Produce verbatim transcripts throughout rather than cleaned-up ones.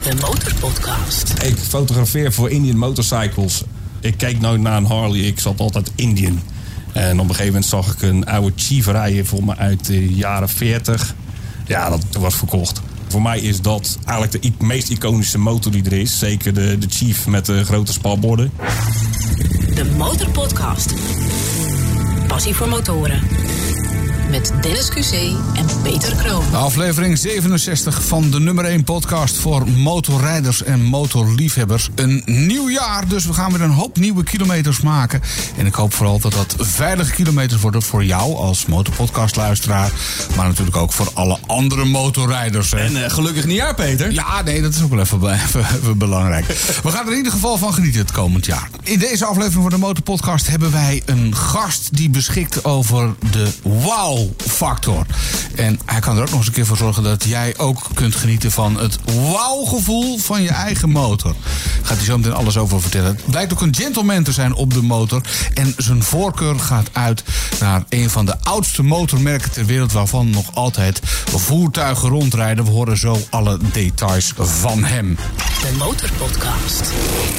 De Motorpodcast. Ik fotografeer voor Indian Motorcycles. Ik keek nooit naar een Harley, ik zat altijd Indian. En op een gegeven moment zag ik een oude Chief rijden voor me uit de jaren veertig. Ja, dat was verkocht. Voor mij is dat eigenlijk de meest iconische motor die er is. Zeker de, de Chief met de grote spalborden. De Motorpodcast. Passie voor motoren. Met Dennis Q C en Peter Kroon. Aflevering zevenenzestig van de nummer één podcast voor motorrijders en motorliefhebbers. Een nieuw jaar, dus we gaan weer een hoop nieuwe kilometers maken. En ik hoop vooral dat dat veilige kilometers worden voor jou als motorpodcastluisteraar. Maar natuurlijk ook voor alle andere motorrijders. Hè. En uh, gelukkig nieuwjaar, Peter. Ja, nee, dat is ook wel even, even, even belangrijk. We gaan er in ieder geval van genieten het komend jaar. In deze aflevering van de Motorpodcast hebben wij een gast die beschikt over de wow-factor. En hij kan er ook nog eens een keer voor zorgen dat jij ook kunt genieten van het wow-gevoel van je eigen motor. Gaat hij zo meteen alles over vertellen. Het blijkt ook een gentleman te zijn op de motor. En zijn voorkeur gaat uit naar een van de oudste motormerken ter wereld, waarvan nog altijd voertuigen rondrijden. We horen zo alle details van hem. De Motorpodcast.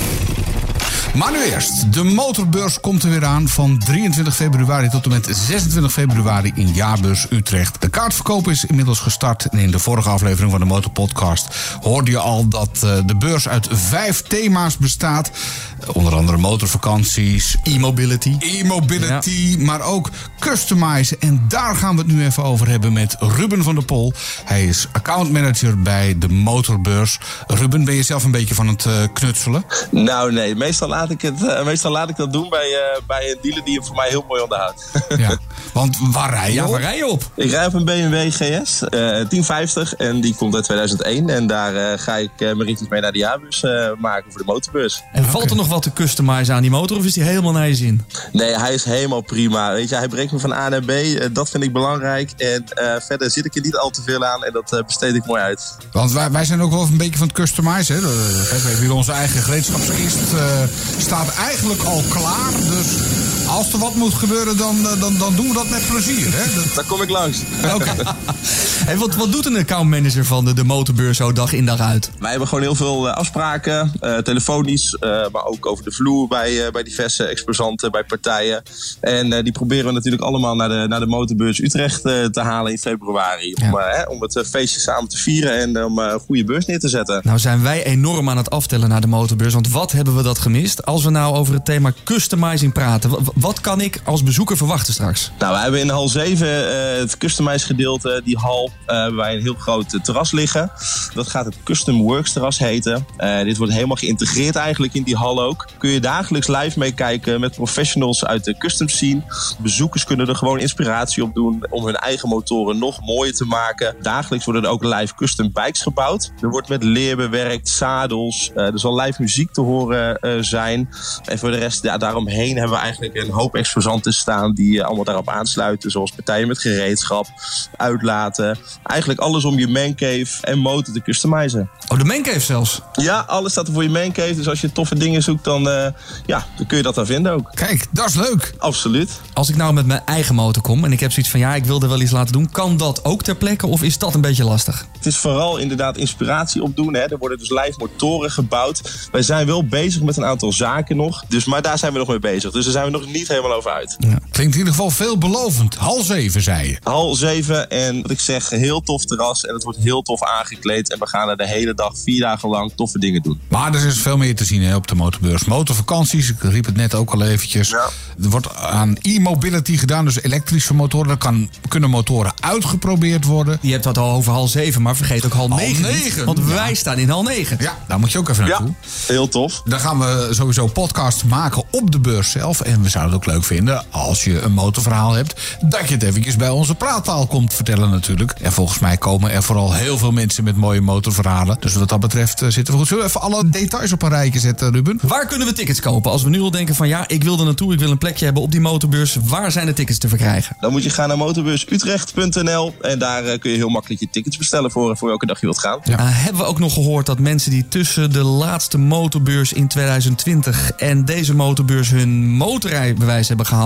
Maar nu eerst, de motorbeurs komt er weer aan van drieëntwintig februari tot en met zesentwintig februari in Jaarbeurs Utrecht. De kaartverkoop is inmiddels gestart en in de vorige aflevering van de Motorpodcast hoorde je al dat uh, de beurs uit vijf thema's bestaat. Uh, onder andere motorvakanties, E-mobility. E-mobility, ja. Maar ook customizen. En daar gaan we het nu even over hebben met Ruben van der Pol. Hij is accountmanager bij de motorbeurs. Ruben, ben je zelf een beetje van het uh, knutselen? Nou nee, meestal laat ik, het, uh, meestal laat ik dat doen bij, uh, bij een dealer die hem voor mij heel mooi onderhoudt. Ja, want waar rij je ja, op? waar rij je op? Ik rij op een B M W G S uh, tien vijftig en die komt uit tweeduizend één. En daar uh, ga ik uh, mijn ritjes mee naar de jaarbeurs uh, maken voor de motorbeurs. En valt Okay. er nog wat te customizen aan die motor of is die helemaal naar je zin? Nee, hij is helemaal prima. Weet je, hij brengt me van A naar B. Uh, dat vind ik belangrijk. En uh, verder zit ik er niet al te veel aan en dat uh, besteed ik mooi uit. Want wij, wij zijn ook wel een beetje van het customizen. Hè? We hebben hier onze eigen gereedschapskist. Uh, staat eigenlijk al klaar. Dus als er wat moet gebeuren, dan, dan, dan doen we dat met plezier. Hè? Dat... Daar kom ik langs. Oké. Okay. Hey, wat, wat doet een accountmanager van de, de motorbeurs zo dag in dag uit? Wij hebben gewoon heel veel uh, afspraken. Uh, telefonisch, uh, maar ook over de vloer bij, uh, bij diverse exposanten, bij partijen. En uh, die proberen we natuurlijk allemaal naar de, naar de motorbeurs Utrecht uh, te halen in februari. Ja. Om, uh, hè, om het uh, feestje samen te vieren en om uh, een goede beurs neer te zetten. Nou zijn wij enorm aan het aftellen naar de motorbeurs. Want wat hebben we dat gemist? Als we nou over het thema customizing praten. W- wat kan ik als bezoeker verwachten straks? Nou, we hebben in hal zeven uh, het customize gedeelte. Die hal uh, hebben wij een heel groot uh, terras liggen. Dat gaat het Custom Works terras heten. Uh, dit wordt helemaal geïntegreerd eigenlijk in die hal ook. Kun je dagelijks live meekijken met professionals uit de custom scene. Bezoekers kunnen er gewoon inspiratie op doen om hun eigen motoren nog mooier te maken. Dagelijks worden er ook live custom bikes gebouwd. Er wordt met leer bewerkt, zadels. Uh, er zal live muziek te horen uh, zijn. En voor de rest, ja, daaromheen hebben we eigenlijk een hoop exposanten staan die uh, allemaal daarop aansluiten. Zoals partijen met gereedschap, uitlaten. Eigenlijk alles om je mancave en motor te customizen. Oh, de mancave zelfs? Ja, alles staat er voor je mancave. Dus als je toffe dingen zoekt, dan, uh, ja, dan kun je dat daar vinden ook. Kijk, dat is leuk. Absoluut. Als ik nou met mijn eigen motor kom en ik heb zoiets van ja, ik wil er wel iets laten doen. Kan dat ook ter plekke of is dat een beetje lastig? Het is vooral inderdaad inspiratie opdoen. Hè. Er worden dus live motoren gebouwd. Wij zijn wel bezig met een aantal zaken nog. Dus, maar daar zijn we nog mee bezig. Dus daar zijn we nog niet helemaal over uit. Ja. Klinkt in ieder geval veelbelovend. Hal zeven, zei je. Hal zeven en wat ik zeg, heel tof terras. En het wordt heel tof aangekleed. En we gaan er de hele dag, vier dagen lang, toffe dingen doen. Maar er is veel meer te zien hè, op de motorbeurs. Motorvakanties, ik riep het net ook al eventjes. Ja. Er wordt aan e-mobility gedaan, dus elektrische motoren. Er kan, kunnen motoren uitgeprobeerd worden. Je hebt dat al over hal zeven, maar vergeet ook hal negen. negen. Want ja. wij staan in hal negen. Ja, daar moet je ook even naartoe. Ja, heel tof. Dan gaan we sowieso podcasts maken op de beurs zelf. En we zouden het ook leuk vinden als je een motorverhaal hebt, dat je het eventjes bij onze praattaal komt vertellen natuurlijk. En volgens mij komen er vooral heel veel mensen met mooie motorverhalen. Dus wat dat betreft uh, zitten we goed. Zullen we even alle details op een rijtje zetten, Ruben? Waar kunnen we tickets kopen? Als we nu al denken van ja, ik wil er naartoe, ik wil een plekje hebben op die motorbeurs. Waar zijn de tickets te verkrijgen? Dan moet je gaan naar motorbeurs utrecht punt n l en daar uh, kun je heel makkelijk je tickets bestellen voor, voor welke dag je wilt gaan. Ja. Uh, hebben we ook nog gehoord dat mensen die tussen de laatste motorbeurs in tweeduizend twintig en deze motorbeurs hun motorrijbewijs hebben gehaald, gratis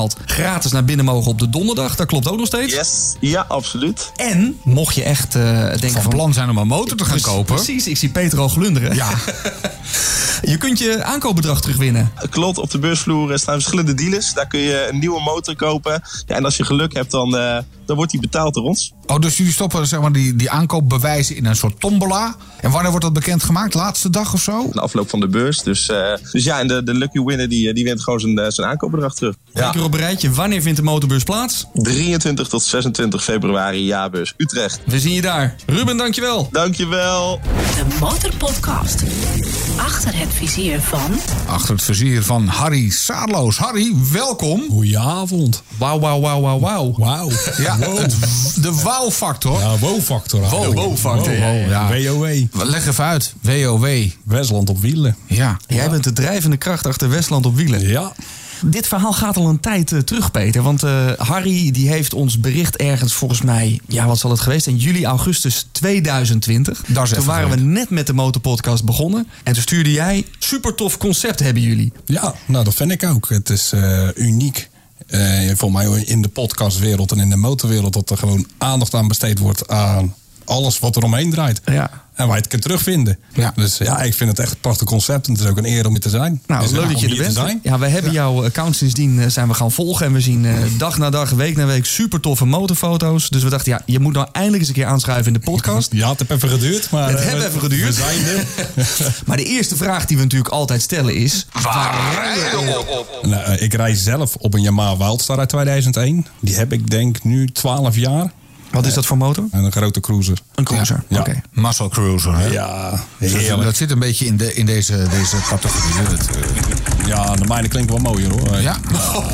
gratis naar binnen mogen op de donderdag. Dat klopt ook nog steeds. Yes, ja, absoluut. En mocht je echt uh, denken Van van... plan zijn om een motor te gaan Precies, kopen. Precies, ik zie Peter al glunderen. Ja. Je kunt je aankoopbedrag terugwinnen. Klopt, op de beursvloer staan verschillende dealers. Daar kun je een nieuwe motor kopen. Ja, en als je geluk hebt, dan, uh, dan wordt die betaald door ons. Oh, dus jullie stoppen zeg maar, die, die aankoopbewijzen in een soort tombola. En wanneer wordt dat bekendgemaakt? Laatste dag of zo? De afloop van de beurs. Dus, uh, dus ja, en de, de lucky winner die, die wint gewoon zijn, zijn aankoopbedrag terug. Drie keer op een rijtje. Wanneer vindt de motorbeurs plaats? drieëntwintig tot zesentwintig februari, jaarbeurs Utrecht. We zien je daar. Ruben, dankjewel. Dankjewel. De Motorpodcast. Achter het vizier van... Achter het vizier van Harry Saarloos. Harry, welkom. Goedenavond. Wauw, wauw, wauw, wauw, wauw. Wauw. Ja, het, de wow-factor. Ja, wow-factor. Wow, wow-factor, ja, ja. W O W. Leg even uit. W O W. Westland op wielen. Ja. Jij bent de drijvende kracht achter Westland op wielen. Ja. Dit verhaal gaat al een tijd uh, terug, Peter. Want uh, Harry die heeft ons bericht ergens volgens mij... Ja, wat zal het geweest zijn? Juli, augustus tweeduizend twintig. Dat is toen even waren we geleden. net met de Motorpodcast begonnen. En toen stuurde jij... Super tof concept hebben jullie. Ja, nou dat vind ik ook. Het is uh, uniek. Uh, voor mij in de podcastwereld en in de motorwereld... dat er gewoon aandacht aan besteed wordt aan alles wat er omheen draait. Ja. En waar je het kunt terugvinden. Ja. Dus ja, ik vind het echt een prachtig concept. En het is ook een eer om hier te zijn. Nou, Dus, leuk ja, dat om je er hier te bent. zijn. Ja, wij hebben jouw account sindsdien uh, zijn we gaan volgen. En we zien uh, dag na dag, week na week super toffe motorfoto's. Dus we dachten, ja, je moet nou eindelijk eens een keer aanschuiven in de podcast. Ja, het heeft even geduurd. Maar, Het uh, heeft we- even geduurd. We zijn er. Maar de eerste vraag die we natuurlijk altijd stellen is... Waar rij je op? Nou, uh, ik rij zelf op een Yamaha Wildstar uit tweeduizend één. Die heb ik denk nu twaalf jaar. Wat is dat voor motor? En een grote cruiser. Een cruiser. Ja. Oké. Muscle Cruiser, hè? Ja, Dus dat, heerlijk. dat zit een beetje in, de, in deze, deze categorie. hè. Dat, uh, Ja, de mijne klinkt wel mooier hoor. ja.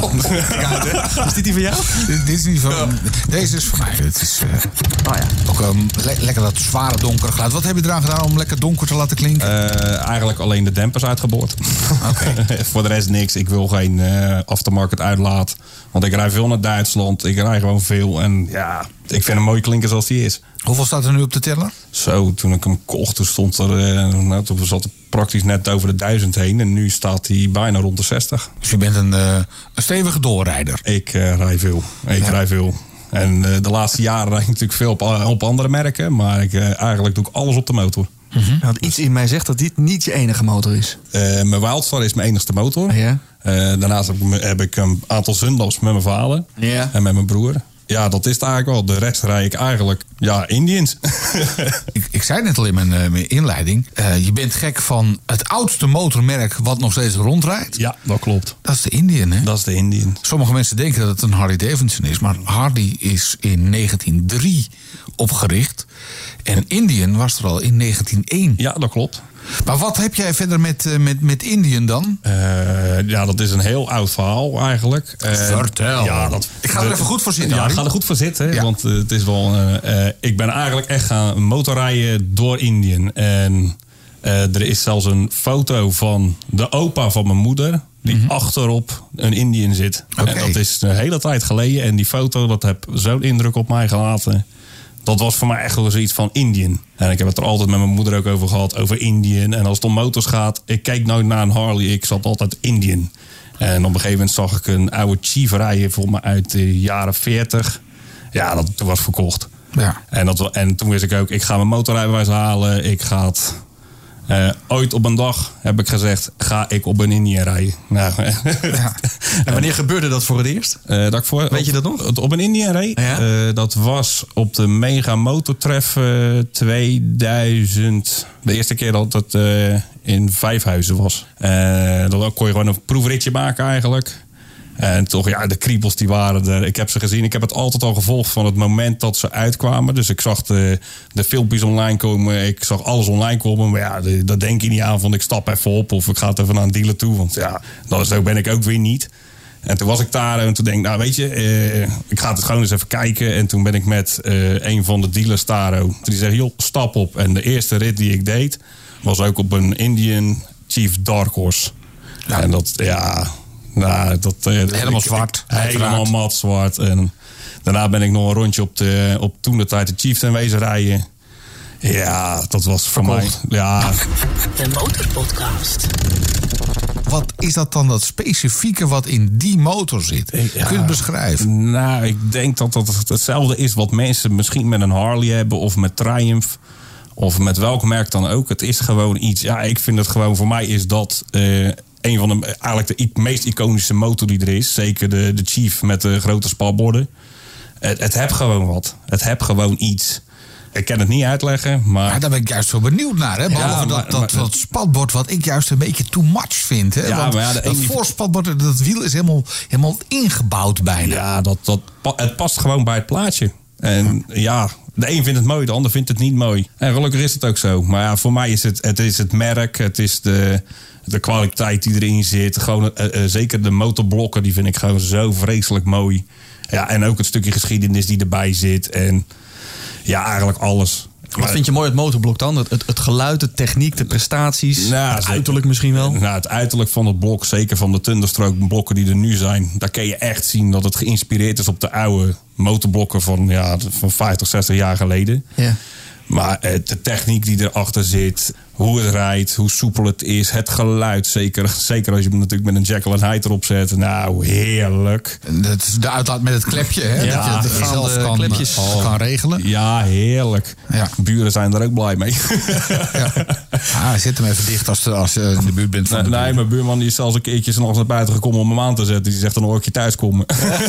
Is dit die van jou? dit, dit is niet van, deze is voor mij. Het is uh, Oh ja. ook um, le- lekker dat zware donkere geluid. Wat heb je eraan gedaan om lekker donker te laten klinken? Uh, eigenlijk alleen de dempers uitgeboord. Oké. Voor de rest niks. Ik wil geen uh, aftermarket uitlaat. Want ik rij veel naar Duitsland. Ik rij gewoon veel. En ja, ik vind hem mooi klinken zoals die is. Hoeveel staat er nu op de teller? Zo, toen ik hem kocht, toen stond er... Uh, nou, toen zat er praktisch net over de duizend heen. En nu staat hij bijna rond de zestig. Dus je bent een, uh, een stevige doorrijder. Ik uh, rij veel. Ik Ja. rij veel. En uh, de laatste jaren rijd ik natuurlijk veel op, op andere merken. Maar ik, uh, eigenlijk doe ik alles op de motor. Mm-hmm. Want iets in mij zegt dat dit niet je enige motor is. Uh, mijn Wildstar is mijn enigste motor. Ja. Uh, daarnaast heb ik, heb ik een aantal Zundabs met mijn vader Ja. en met mijn broer. Ja, dat is het eigenlijk wel. De rest rijd ik eigenlijk, ja, Indians. Ik, ik zei net al in mijn, uh, mijn inleiding. Uh, je bent gek van het oudste motormerk wat nog steeds rondrijdt. Ja, dat klopt. Dat is de Indian, hè? Dat is de Indian. Sommige mensen denken dat het een Harley Davidson is. Maar Harley is in negentien nul drie opgericht. En Indian was er al in negentien nul één. Ja, dat klopt. Maar wat heb jij verder met, uh, met, met Indian dan? Uh, ja, dat is een heel oud verhaal eigenlijk. Uh, Vertel. Ja, dat, Ik ga er even goed voor zitten, Ja, Harry. ga er goed voor zitten. Ja. Want uh, het is wel... Uh, uh, ik ben eigenlijk echt gaan motorrijden door Indian. En uh, er is zelfs een foto van de opa van mijn moeder... die Mm-hmm. achterop een Indian zit. Oké. En dat is een hele tijd geleden. En die foto, dat heb zo'n indruk op mij gelaten... Dat was voor mij echt wel zoiets van Indian. En ik heb het er altijd met mijn moeder ook over gehad, over Indian. En als het om motors gaat, ik keek nooit naar een Harley, ik zat altijd Indian. En op een gegeven moment zag ik een oude Chief rijden, volgens mij uit de jaren veertig. Ja, dat toen was verkocht. Ja. En, dat, en toen wist ik ook, ik ga mijn motorrijbewijs halen. Ik ga het... Uh, ooit op een dag heb ik gezegd, ga ik op een Indian rijden. Nou, Ja. En wanneer gebeurde dat voor het eerst? Uh, dat ik voor, Weet je dat nog? Op, op een Indian reed. Ja. Uh, dat was op de Mega Motortref uh, tweeduizend. De eerste keer dat het uh, in Vijfhuizen was. Uh, dan kon je gewoon een proefritje maken eigenlijk. En toch, ja, de kriebels die waren er. Ik heb ze gezien. Ik heb het altijd al gevolgd van het moment dat ze uitkwamen. Dus ik zag de, de filmpjes online komen. Ik zag alles online komen. Maar ja, de, dat denk je niet aan van ik stap even op. Of ik ga het even naar een dealer toe. Want ja, dat, zo ben ik ook weer niet. En toen was ik daar en toen denk ik, nou weet je, eh, ik ga het gewoon eens even kijken. En toen ben ik met eh, een van de dealers Taro. Die zei, joh, stap op. En de eerste rit die ik deed, was ook op een Indian Chief Dark Horse. Ja. En dat, ja... Nou, dat, eh, Helemaal ik- zwart, ik- Helemaal uiteraard. mat zwart. En daarna ben ik nog een rondje op, de, op toen de tijd de Chieftain wezen rijden. Ja, dat was voor mij... Ja, De Motorpodcast. wat is dat dan dat specifieke wat in die motor zit? Ja, Kun je het beschrijven? Nou, ik denk dat dat hetzelfde is wat mensen misschien met een Harley hebben of met Triumph. Of met welk merk dan ook. Het is gewoon iets. Ja, ik vind het gewoon. Voor mij is dat uh, een van de eigenlijk de i- meest iconische motor die er is. Zeker de, de Chief met de grote spatborden. Het, het heb gewoon wat. Het heb gewoon iets. Ik kan het niet uitleggen, maar... Ja, daar ben ik juist zo benieuwd naar. Hè? Behalve Ja, maar, dat, dat, maar, dat spatbord wat ik juist een beetje too much vind. Hè? Ja, Want maar ja, de dat ene- voorspatbord, dat wiel is helemaal, helemaal ingebouwd bijna. Ja, dat, dat, pa- het past gewoon bij het plaatje. En ja, de een vindt het mooi, de ander vindt het niet mooi. En gelukkig is het ook zo. Maar ja, voor mij is het het, is het merk, het is de, de kwaliteit die erin zit. Gewoon, uh, uh, zeker de motorblokken, die vind ik gewoon zo vreselijk mooi. Ja, en ook het stukje geschiedenis die erbij zit. En ja, eigenlijk alles. Wat vind je mooi het motorblok dan? Het, het, het geluid, de techniek, de prestaties, Nou, het zeker. uiterlijk misschien wel? Nou, het uiterlijk van het blok, zeker van de Thunderstroke blokken die er nu zijn, daar kun je echt zien dat het geïnspireerd is op de oude motorblokken van, ja, van vijftig, zestig jaar geleden. Ja. Maar eh, de techniek die erachter zit, hoe het rijdt, hoe soepel het is, het geluid, zeker, zeker als je hem natuurlijk met een Jekyll en Hyde erop zet. Nou, heerlijk. En dat is de uitlaat met het klepje, hè? Ja, dat je het de zelf gaande kan, klepjes. oh, kan regelen. Ja, heerlijk. Ja. Buren zijn er ook blij mee. Ja. Ah, zet hem even dicht als, als je in de buurt bent van Nee, de nee, buurt. mijn buurman die is zelfs een keertje 's nachts naar buiten gekomen om hem aan te zetten. Die zegt dan hoor ik je thuiskomen.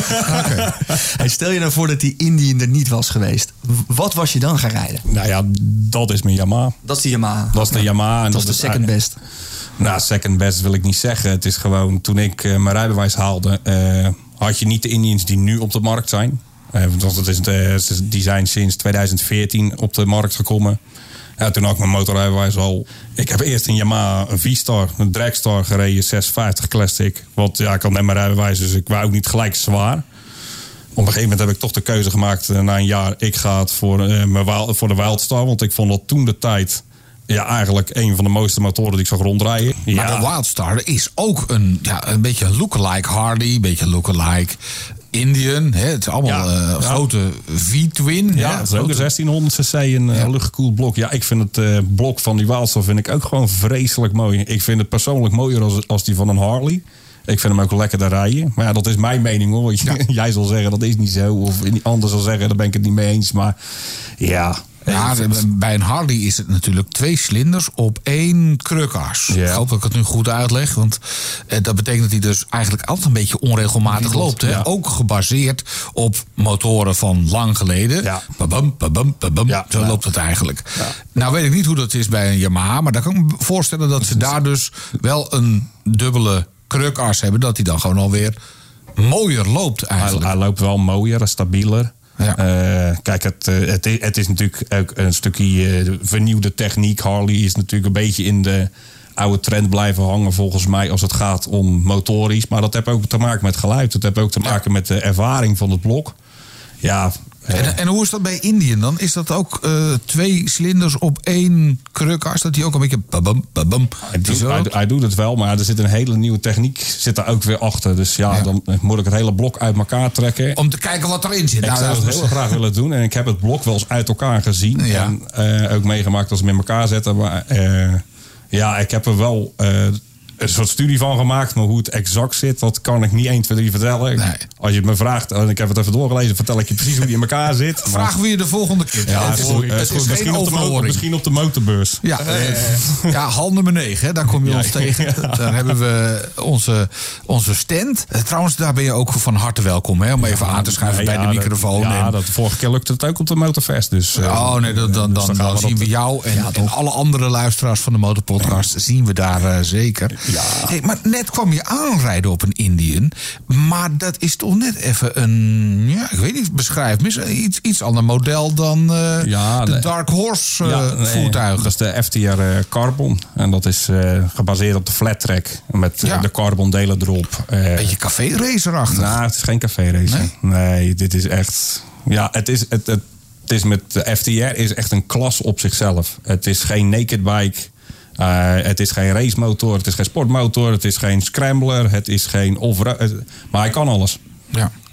Okay. Hey, stel je nou voor dat die Indian er niet was geweest. W- Wat was je dan gaan rijden? Nou ja, dat is mijn Yamaha. Dat is die Yamaha. Dat is de Yamaha. En Dat is de second best. Nou, second best wil ik niet zeggen. Het is gewoon, toen ik uh, mijn rijbewijs haalde, uh, had je niet de Indians die nu op de markt zijn. Uh, want dat is, uh, die zijn sinds tweeduizend veertien op de markt gekomen. Ja, toen had ik mijn motorrijbewijs al. Ik heb eerst een Yamaha, een V-Star, een Dragstar gereden, zesvijftig Classic. Want ja, ik had net mijn rijbewijs, dus ik wou ook niet gelijk zwaar. Op een gegeven moment heb ik toch de keuze gemaakt uh, na een jaar. Ik ga het voor, uh, mijn wild, voor de Wildstar, want ik vond dat toen de tijd... Ja, eigenlijk een van de mooiste motoren die ik zag rondrijden. Maar Ja. de Wildstar is ook een, ja, een beetje een lookalike Harley, een beetje lookalike Indian. Hè? Het is allemaal Ja. uh, Ja. grote V-twin. Ja, hè? het is ook een Grote- zestienhonderd cc, een Ja. ja. luchtgekoeld blok. Ja, ik vind het uh, blok van die Wildstar vind ik ook gewoon vreselijk mooi. Ik vind het persoonlijk mooier als, als die van een Harley. Ik vind hem ook lekkerder rijden. Maar ja, dat is mijn mening hoor. Want Ja. jij zal zeggen dat is niet zo. Of een ander zal zeggen, daar ben ik het niet mee eens. Maar ja... Ja, bij een Harley is het natuurlijk twee cilinders op één krukas. Ja. Ik hoop dat ik het nu goed uitleg. Want eh, dat betekent dat hij dus eigenlijk altijd een beetje onregelmatig loopt. Hè? Ja. Ook gebaseerd op motoren van lang geleden. Ja. Babam, babam, babam. Ja. Zo Ja. loopt het eigenlijk. Nou weet ik niet hoe dat is bij een Yamaha. Maar dan kan ik me voorstellen dat ze daar dus wel een dubbele krukas hebben. Dat hij dan gewoon alweer mooier loopt Hij, eigenlijk. hij loopt wel mooier, stabieler. Ja. Uh, kijk, het, uh, het, is, het is natuurlijk ook een stukje uh, vernieuwde techniek. Harley is natuurlijk een beetje in de oude trend blijven hangen volgens mij als het gaat om motorisch. Maar dat heeft ook te maken met geluid. Dat heeft ook te maken met de ervaring van het blok. Ja... En, en hoe is dat bij Indian dan? Is dat ook uh, twee cilinders op één krukas? Dat die ook een beetje... Babam, babam, Hij doet, hij, hij doet het wel, maar er zit een hele nieuwe techniek zit daar ook weer achter. Dus ja, Ja. dan moet ik het hele blok uit elkaar trekken. Om te kijken wat erin zit. Ik Nou, zou dat het is- heel graag willen doen. En ik heb het blok wel eens uit elkaar gezien. Ja. En uh, ook meegemaakt als ze hem in elkaar zetten. Maar uh, ja, ik heb er wel uh, een soort studie van gemaakt. Maar hoe het exact zit, dat kan ik niet één, twee, drie vertellen. Nee. Als je het me vraagt en ik heb het even doorgelezen, vertel ik je precies hoe die in elkaar zit. Maar- Vragen we je de volgende keer. ja, het het is, is, goed. het Het is is goed. geen Misschien, op de motor, overhoring. misschien op de motorbeurs. Ja, eh, ja, hal nummer negen, hè, daar kom je Ja, ons tegen. ja. Daar hebben we onze, onze stand. Eh, trouwens, daar ben je ook van harte welkom, hè, om even aan te schuiven Nee, bij ja, de microfoon. Dat, ja, en, dat, vorige keer lukte het ook op de Motorfest. Dus, uh, oh nee, dan, dan, dus dan, gaan dan we zien op we de- jou en, en alle andere luisteraars van de Motorpodcast zien we daar uh, zeker. Ja. Hey, maar net kwam je aanrijden op een Indian, maar dat is toch net even een, ja, ik weet niet, beschrijf me, iets, iets ander model dan uh, Ja, de nee. Dark Horse uh, Ja, nee, voertuigen. Dat is de F T R uh, Carbon. En dat is uh, gebaseerd op de flat track. Met uh, Ja. de carbon delen erop. Uh, Beetje café-racerachtig. nou, het is geen café race. Nee? Nee? dit is echt... Ja, het is, het, het, het is met de F T R is echt een klas op zichzelf. Het is geen naked bike. Uh, het is geen racemotor. Het is geen sportmotor. Het is geen scrambler. Het is geen off Maar hij kan alles. Ja.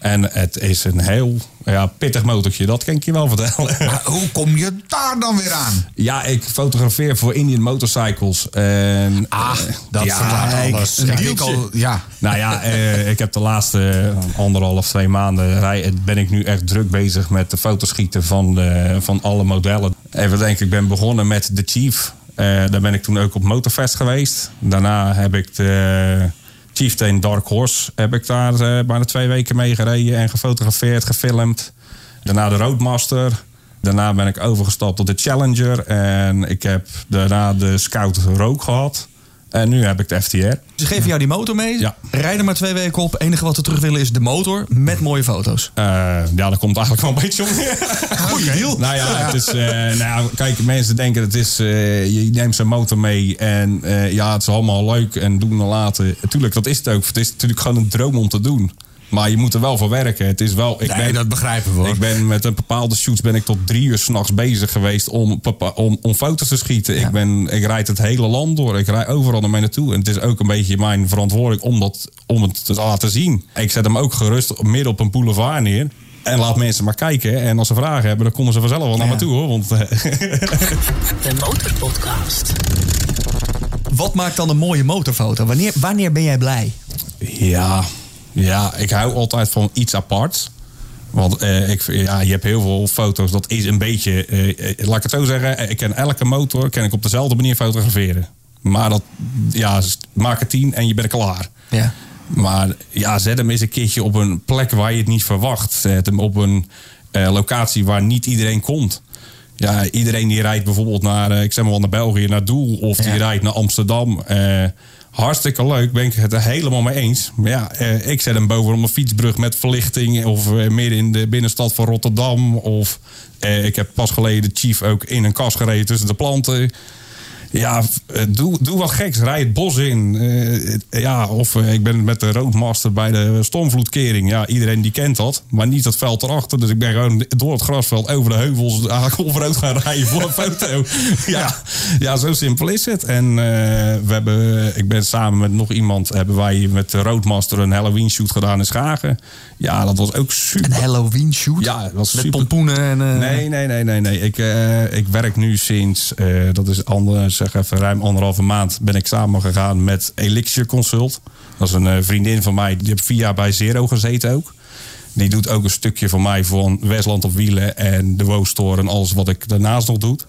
En het is een heel ja, pittig motortje, dat kan ik je wel vertellen. Maar hoe kom je daar dan weer aan? Ja, ik fotografeer voor Indian Motorcycles. En, Ah, dat ja, verklaart alles. Een Ja, dealtje. ik al- ja. Nou ja, eh, ik heb de laatste anderhalf, twee maanden rij, ben ik nu echt druk bezig met de fotoschieten van, de, van alle modellen. Even denken, ik ben begonnen met de Chief. Uh, daar ben ik toen ook op Motorfest geweest. Daarna heb ik de Chieftain Dark Horse. Heb ik daar uh, bijna twee weken mee gereden en gefotografeerd, gefilmd. Daarna de Roadmaster. Daarna ben ik overgestapt op de Challenger. En ik heb daarna de Scout Rogue gehad. En nu heb ik de F T R. Ze geven jou die motor mee. Ja. Rijden maar twee weken op. Het enige wat we terug willen is de motor met mooie foto's. Uh, ja, dat komt eigenlijk wel een beetje om. Goeie deal. Nou ja, het is, uh, nou ja, kijk, mensen denken het is, uh, je neemt zijn motor mee en uh, ja, het is allemaal leuk en doen en laten. Tuurlijk, dat is het ook. Het is natuurlijk gewoon een droom om te doen. Maar je moet er wel voor werken. Het is wel, ik Nee, ben, dat begrijpen we hoor. Ik ben met een bepaalde shoots ben ik tot drie uur 's nachts bezig geweest om, om, om foto's te schieten. Ja. Ik, ben, ik rijd het hele land door. Ik rijd overal naar mij naartoe. En het is ook een beetje mijn verantwoording om, dat, om het te laten zien. Ik zet hem ook gerust midden op een boulevard neer. En laat mensen maar kijken. En als ze vragen hebben, dan komen ze vanzelf wel naar Ja. me toe hoor. Want, De Motorpodcast. Wat maakt dan een mooie motorfoto? Wanneer, wanneer ben jij blij? Ja, ja, ik hou altijd van iets aparts. Want eh, ik, ja, je hebt heel veel foto's. Dat is een beetje, eh, laat ik het zo zeggen. Ik ken elke motor kan ik op dezelfde manier fotograferen. Maar dat, ja, maak er tien en je bent klaar. Ja. Maar ja, zet hem eens een keertje op een plek waar je het niet verwacht. Zet hem op een uh, locatie waar niet iedereen komt. Ja, iedereen die rijdt bijvoorbeeld naar, uh, ik zeg maar wel naar België, naar Doel. Of die Ja. rijdt naar Amsterdam. Uh, hartstikke leuk, ben ik het er helemaal mee eens. Maar ja, uh, ik zet hem bovenop een fietsbrug met verlichting. Of uh, midden in de binnenstad van Rotterdam. Of uh, ik heb pas geleden de Chief ook in een kas gereden tussen de planten. Ja, doe, doe wat geks. Rijd het bos in. Uh, ja, of uh, ik ben met de Roadmaster bij de stormvloedkering. Ja, iedereen die kent dat. Maar niet dat veld erachter. Dus ik ben gewoon door het grasveld over de heuvels eigenlijk offroad gaan rijden voor een foto. Ja, ja, zo simpel is het. En uh, we hebben, ik ben samen met nog iemand, hebben wij met de Roadmaster een Halloween shoot gedaan in Schagen. Ja, dat was ook super. Een Halloween shoot? Ja, dat was met super. pompoenen en... Uh... Nee, nee, nee, nee. nee. Ik, uh, ik werk nu sinds, uh, dat is ander, zeg even ruim anderhalve maand, ben ik samen gegaan met Elixir Consult. Dat is een uh, vriendin van mij, die heeft vier jaar bij Zero gezeten ook. Die doet ook een stukje voor mij van Westland op wielen en de Woostore en alles wat ik daarnaast nog doe.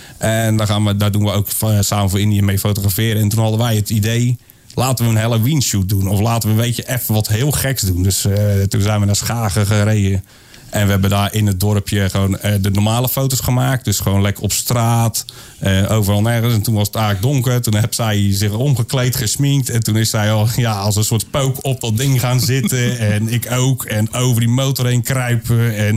En daar, gaan we, daar doen we ook uh, samen voor Indië mee fotograferen. En toen hadden wij het idee, laten we een Halloween shoot doen. Of laten we een beetje even wat heel geks doen. Dus uh, toen zijn we naar Schagen gereden. En we hebben daar in het dorpje gewoon uh, de normale foto's gemaakt. Dus gewoon lekker op straat. Uh, overal nergens. En toen was het eigenlijk donker. Toen heeft zij zich omgekleed, gesminkt. En toen is zij al ja, als een soort spook op dat ding gaan zitten. En ik ook. En over die motor heen kruipen. En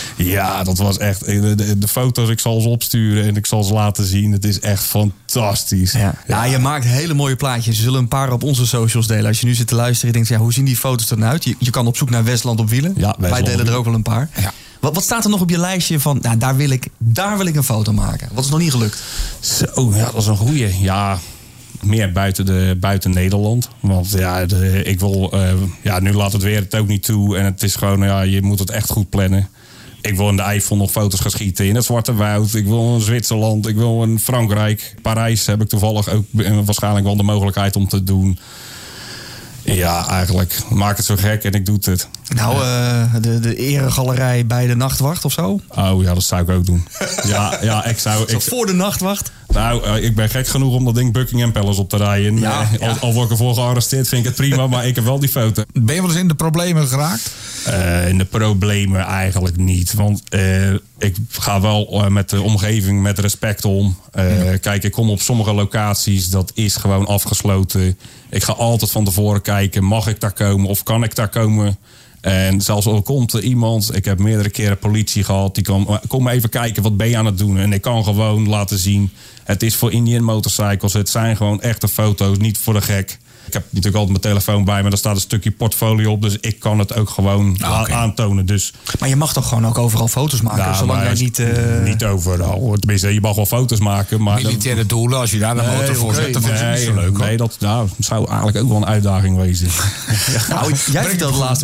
ja, dat was echt... De, de, de foto's, ik zal ze opsturen en ik zal ze laten zien. Het is echt fantastisch. Ja. Ja. Ja, je maakt hele mooie plaatjes. We zullen een paar op onze socials delen. Als je nu zit te luisteren en denkt, ja, hoe zien die foto's er nou uit? Je, je kan op zoek naar Westland op wielen. Ja, Wij Westland delen op er ook wel een paar. Ja. Wat, wat staat er nog op je lijstje van, nou, daar, wil ik, daar wil ik een foto maken? Wat is nog niet gelukt? Zo, ja, dat is een goeie. Ja, meer buiten, de, buiten Nederland. Want ja, de, ik wil... Uh, ja, nu laat het weer het ook niet toe. En het is gewoon, ja, je moet het echt goed plannen. Ik wil in de Eifel nog foto's gaan schieten. In het Zwarte Woud. Ik wil in Zwitserland. Ik wil in Frankrijk. Parijs heb ik toevallig ook waarschijnlijk wel de mogelijkheid om te doen. Ja, eigenlijk. Maak het zo gek en ik doe het. Nou, uh, de, de eregalerij bij de Nachtwacht of zo? Oh ja, dat zou ik ook doen. Ja, ja ik zou... Zo Ik, voor de Nachtwacht? nou, uh, ik ben gek genoeg om dat ding Buckingham Palace op te rijden. Ja, Uh, ja. Al, al word ik ervoor gearresteerd, vind ik het prima. Maar ik heb wel die foto. Ben je wel eens in de problemen geraakt? Uh, in de problemen eigenlijk niet. Want uh, ik ga wel uh, met de omgeving met respect om. Uh, ja. Kijk, ik kom op sommige locaties, dat is gewoon afgesloten. Ik ga altijd van tevoren kijken, mag ik daar komen of kan ik daar komen? En zelfs al komt er iemand, ik heb meerdere keren politie gehad, die kan, kom even kijken, wat ben je aan het doen? En ik kan gewoon laten zien, het is voor Indian Motorcycles, het zijn gewoon echte foto's, niet voor de gek. Ik heb natuurlijk altijd mijn telefoon bij me, daar staat een stukje portfolio op, dus ik kan het ook gewoon Ah, okay. aantonen. Dus, Maar je mag toch gewoon ook overal foto's maken? ja, zolang maar jij niet... Uh... niet overal. Tenminste, je mag wel foto's maken. Maar Militaire doelen, als je daar de Nee, motor voor oké. zet, dan vind je het nee, niet zo leuk hoor. Nee, dat nou, zou eigenlijk ook wel een uitdaging wezen. Nou, jij vertelde het laatste verhaal, Peter.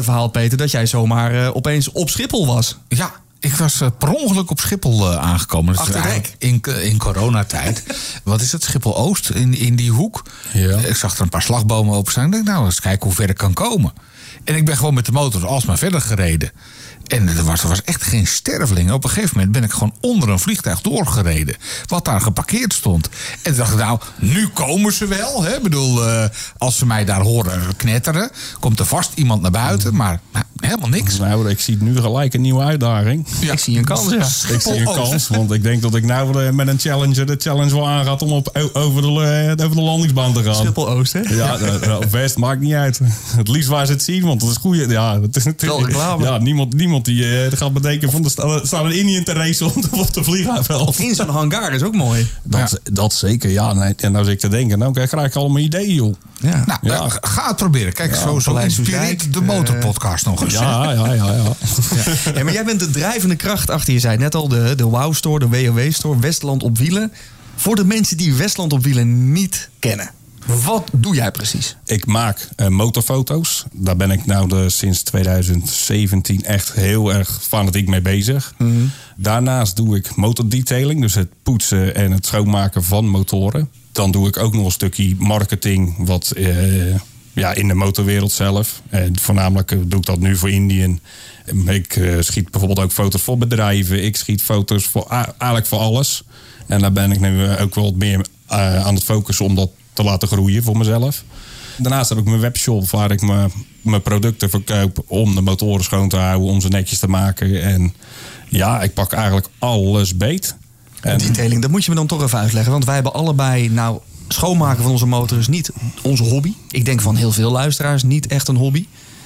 weten dat jij zomaar uh, opeens op Schiphol was. Ja, ik was uh, per ongeluk op Schiphol uh, aangekomen. Dat is Achter in, in coronatijd. Wat is het? Schiphol-Oost, in, in die hoek. Ja. Ik zag er een paar slagbomen openstaan. Ik dacht, nou, eens kijken hoe ver ik kan komen. En ik ben gewoon met de motor alsmaar verder gereden. En er was, er was echt geen sterveling. Op een gegeven moment ben ik gewoon onder een vliegtuig doorgereden. Wat daar geparkeerd stond. En toen dacht ik, nou, nu komen ze wel. Ik bedoel, uh, als ze mij daar horen knetteren, komt er vast iemand naar buiten. Maar nou, helemaal niks. Nou, ik zie nu gelijk een nieuwe uitdaging. Ja. Ik zie een kans, ja. Ik zie een kans, want ik denk dat ik nou met een challenger de challenge wel aangaat om op, over, de, over de landingsbaan te gaan. Schiphol-Oost, hè? Ja, of West, maakt niet uit. Het liefst waar ze het zien, want dat is goed. Ja, het is natuurlijk. Ja, niemand, niemand die uh, gaat bedenken van er staat een Indian te racen om op te vliegen. Of in zo'n hangar is ook mooi. Dat, ja. dat zeker, ja. Nee, en nou zit ik te denken, nou krijg ik allemaal ideeën, joh. Ja. Nou, ja. Uh, ga het proberen. Kijk, ja, zo, zo inspireert de motorpodcast uh, nog eens. Ja, ja, ja. ja. ja. ja maar jij bent de drijvende kracht achter, je zei net al, de, de Wow Store, de W O W-store, Westland op wielen. Voor de mensen die Westland op wielen niet kennen. Wat doe jij precies? Ik maak uh, motorfoto's. Daar ben ik nou de, sinds twintig zeventien echt heel erg fanatiek mee bezig. Mm-hmm. Daarnaast doe ik motordetailing, dus het poetsen en het schoonmaken van motoren. Dan doe ik ook nog een stukje marketing wat uh, ja, in de motorwereld zelf. Uh, voornamelijk uh, doe ik dat nu voor Indian. Ik uh, schiet bijvoorbeeld ook foto's voor bedrijven. Ik schiet foto's voor uh, eigenlijk voor alles. En daar ben ik nu uh, ook wel wat meer uh, aan het focussen om dat te laten groeien voor mezelf. Daarnaast heb ik mijn webshop waar ik mijn, mijn producten verkoop om de motoren schoon te houden, om ze netjes te maken. En ja, ik pak eigenlijk alles beet. En detailing, dat moet je me dan toch even uitleggen. Want wij hebben allebei, nou, schoonmaken van onze motor is niet onze hobby. Ik denk van heel veel luisteraars niet echt een hobby.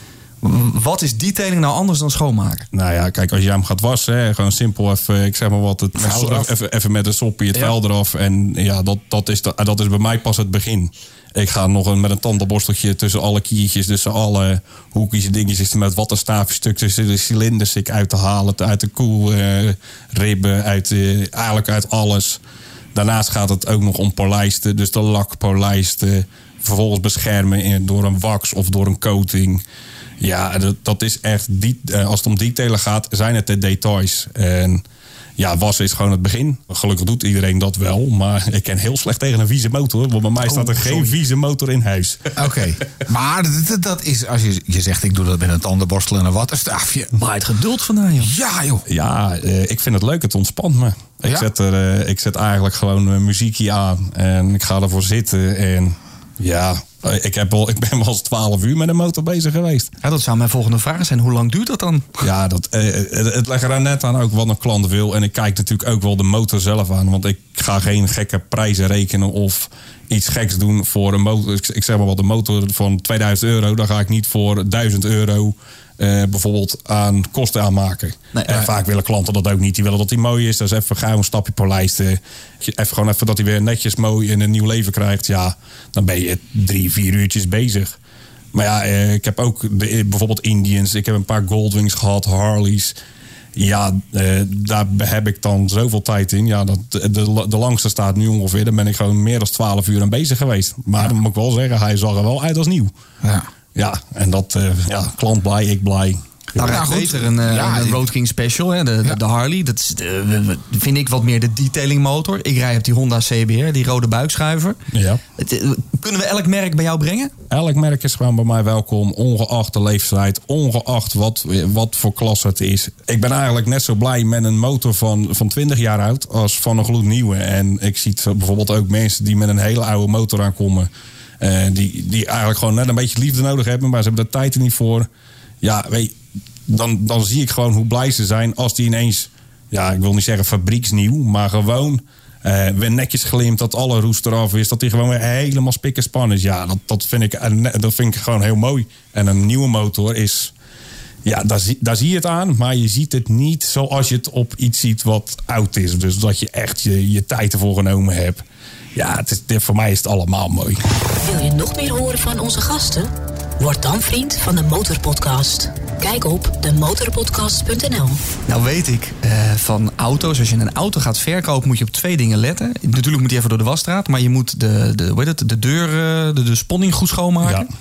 Wat is detailing nou anders dan schoonmaken? Nou ja, kijk, als je hem gaat wassen, hè, gewoon simpel even, ik zeg maar wat, het even, even met een soppie het ja. vuil eraf. En ja, dat, dat, is de, dat is bij mij pas het begin. Ik ga nog een, met een tandenborsteltje tussen alle kiertjes, tussen alle hoekjes en dingetjes, met wat een staafstuk tussen de cilinders ik uit te halen, uit de koelribben, uh, uit uh, eigenlijk uit alles. Daarnaast gaat het ook nog om polijsten, dus de lak polijsten, vervolgens beschermen door een wax of door een coating. Ja, dat, dat is echt, die, als het om detailen gaat, zijn het de details. En ja, wassen is gewoon het begin. Gelukkig doet iedereen dat wel, maar ik ken heel slecht tegen een vieze motor. Want bij mij staat er oh, geen vieze motor in huis. Oké, okay. Maar dat, dat is, als je, je zegt ik doe dat met een tandenborstel en een wattenstaafje. Maar het geduld vandaan, joh. Ja, joh. Ja, uh, ik vind het leuk, het ontspant me. Ik, ja? zet, er, uh, ik zet eigenlijk gewoon uh, muziekje aan en ik ga ervoor zitten en ja... Ik, heb al, ik ben wel eens twaalf uur met een motor bezig geweest. Ja, dat zou mijn volgende vraag zijn. Hoe lang duurt dat dan? Ja, dat, eh, het, het legt er net aan ook wat een klant wil. En ik kijk natuurlijk ook wel de motor zelf aan. Want ik ga geen gekke prijzen rekenen of iets geks doen voor een motor. Ik, ik zeg maar wat, een motor van tweeduizend euro. Dan ga ik niet voor duizend euro uh, bijvoorbeeld aan kosten aanmaken. Nee, en uh, vaak willen klanten dat ook niet. Die willen dat hij mooi is. Dus even gauw een stapje polijsten. Even gewoon even dat hij weer netjes mooi en een nieuw leven krijgt. Ja, dan ben je drie, vier uurtjes bezig. Maar ja, uh, ik heb ook de, bijvoorbeeld Indians. Ik heb een paar Goldwings gehad, Harleys. Ja, uh, daar heb ik dan zoveel tijd in. Ja, dat, de, de, de langste staat nu ongeveer. Daar ben ik gewoon meer dan twaalf uur aan bezig geweest. Maar ja. Dan moet ik wel zeggen, hij zag er wel uit als nieuw. Ja, ja en dat, uh, ja, klant blij, ik blij. Nou, ja, beter een, ja, een Road King Special, hè, de, ja. de Harley. Dat is de, vind ik wat meer de detailing motor. Ik rij op die Honda C B R, die rode buikschuiver. Ja. Kunnen we elk merk bij jou brengen? Elk merk is gewoon bij mij welkom, ongeacht de leeftijd, ongeacht wat, wat voor klasse het is. Ik ben eigenlijk net zo blij met een motor van, van twintig jaar oud als van een gloednieuwe. En ik zie bijvoorbeeld ook mensen die met een hele oude motor aankomen. Uh, die, die eigenlijk gewoon net een beetje liefde nodig hebben, maar ze hebben de tijd er niet voor. Ja, weet je. Dan, dan zie ik gewoon hoe blij ze zijn als die ineens, ja, ik wil niet zeggen fabrieksnieuw, maar gewoon uh, weer netjes glimt, dat alle roest eraf is, dat die gewoon weer helemaal spik en span is. Ja, dat, dat, vind ik, dat vind ik gewoon heel mooi. En een nieuwe motor is, ja, daar, daar zie je het aan, maar je ziet het niet zoals je het op iets ziet wat oud is. Dus dat je echt je, je tijd ervoor genomen hebt. Ja, het is, voor mij is het allemaal mooi. Wil je nog meer horen van onze gasten? Word dan vriend van de Motorpodcast. Kijk op de motorpodcast punt n l. Nou weet ik uh, van auto's. Als je een auto gaat verkopen moet je op twee dingen letten. Natuurlijk moet je even door de wasstraat. Maar je moet de, de, hoe heet het, de deur, de, de sponning goed schoonmaken. Ja.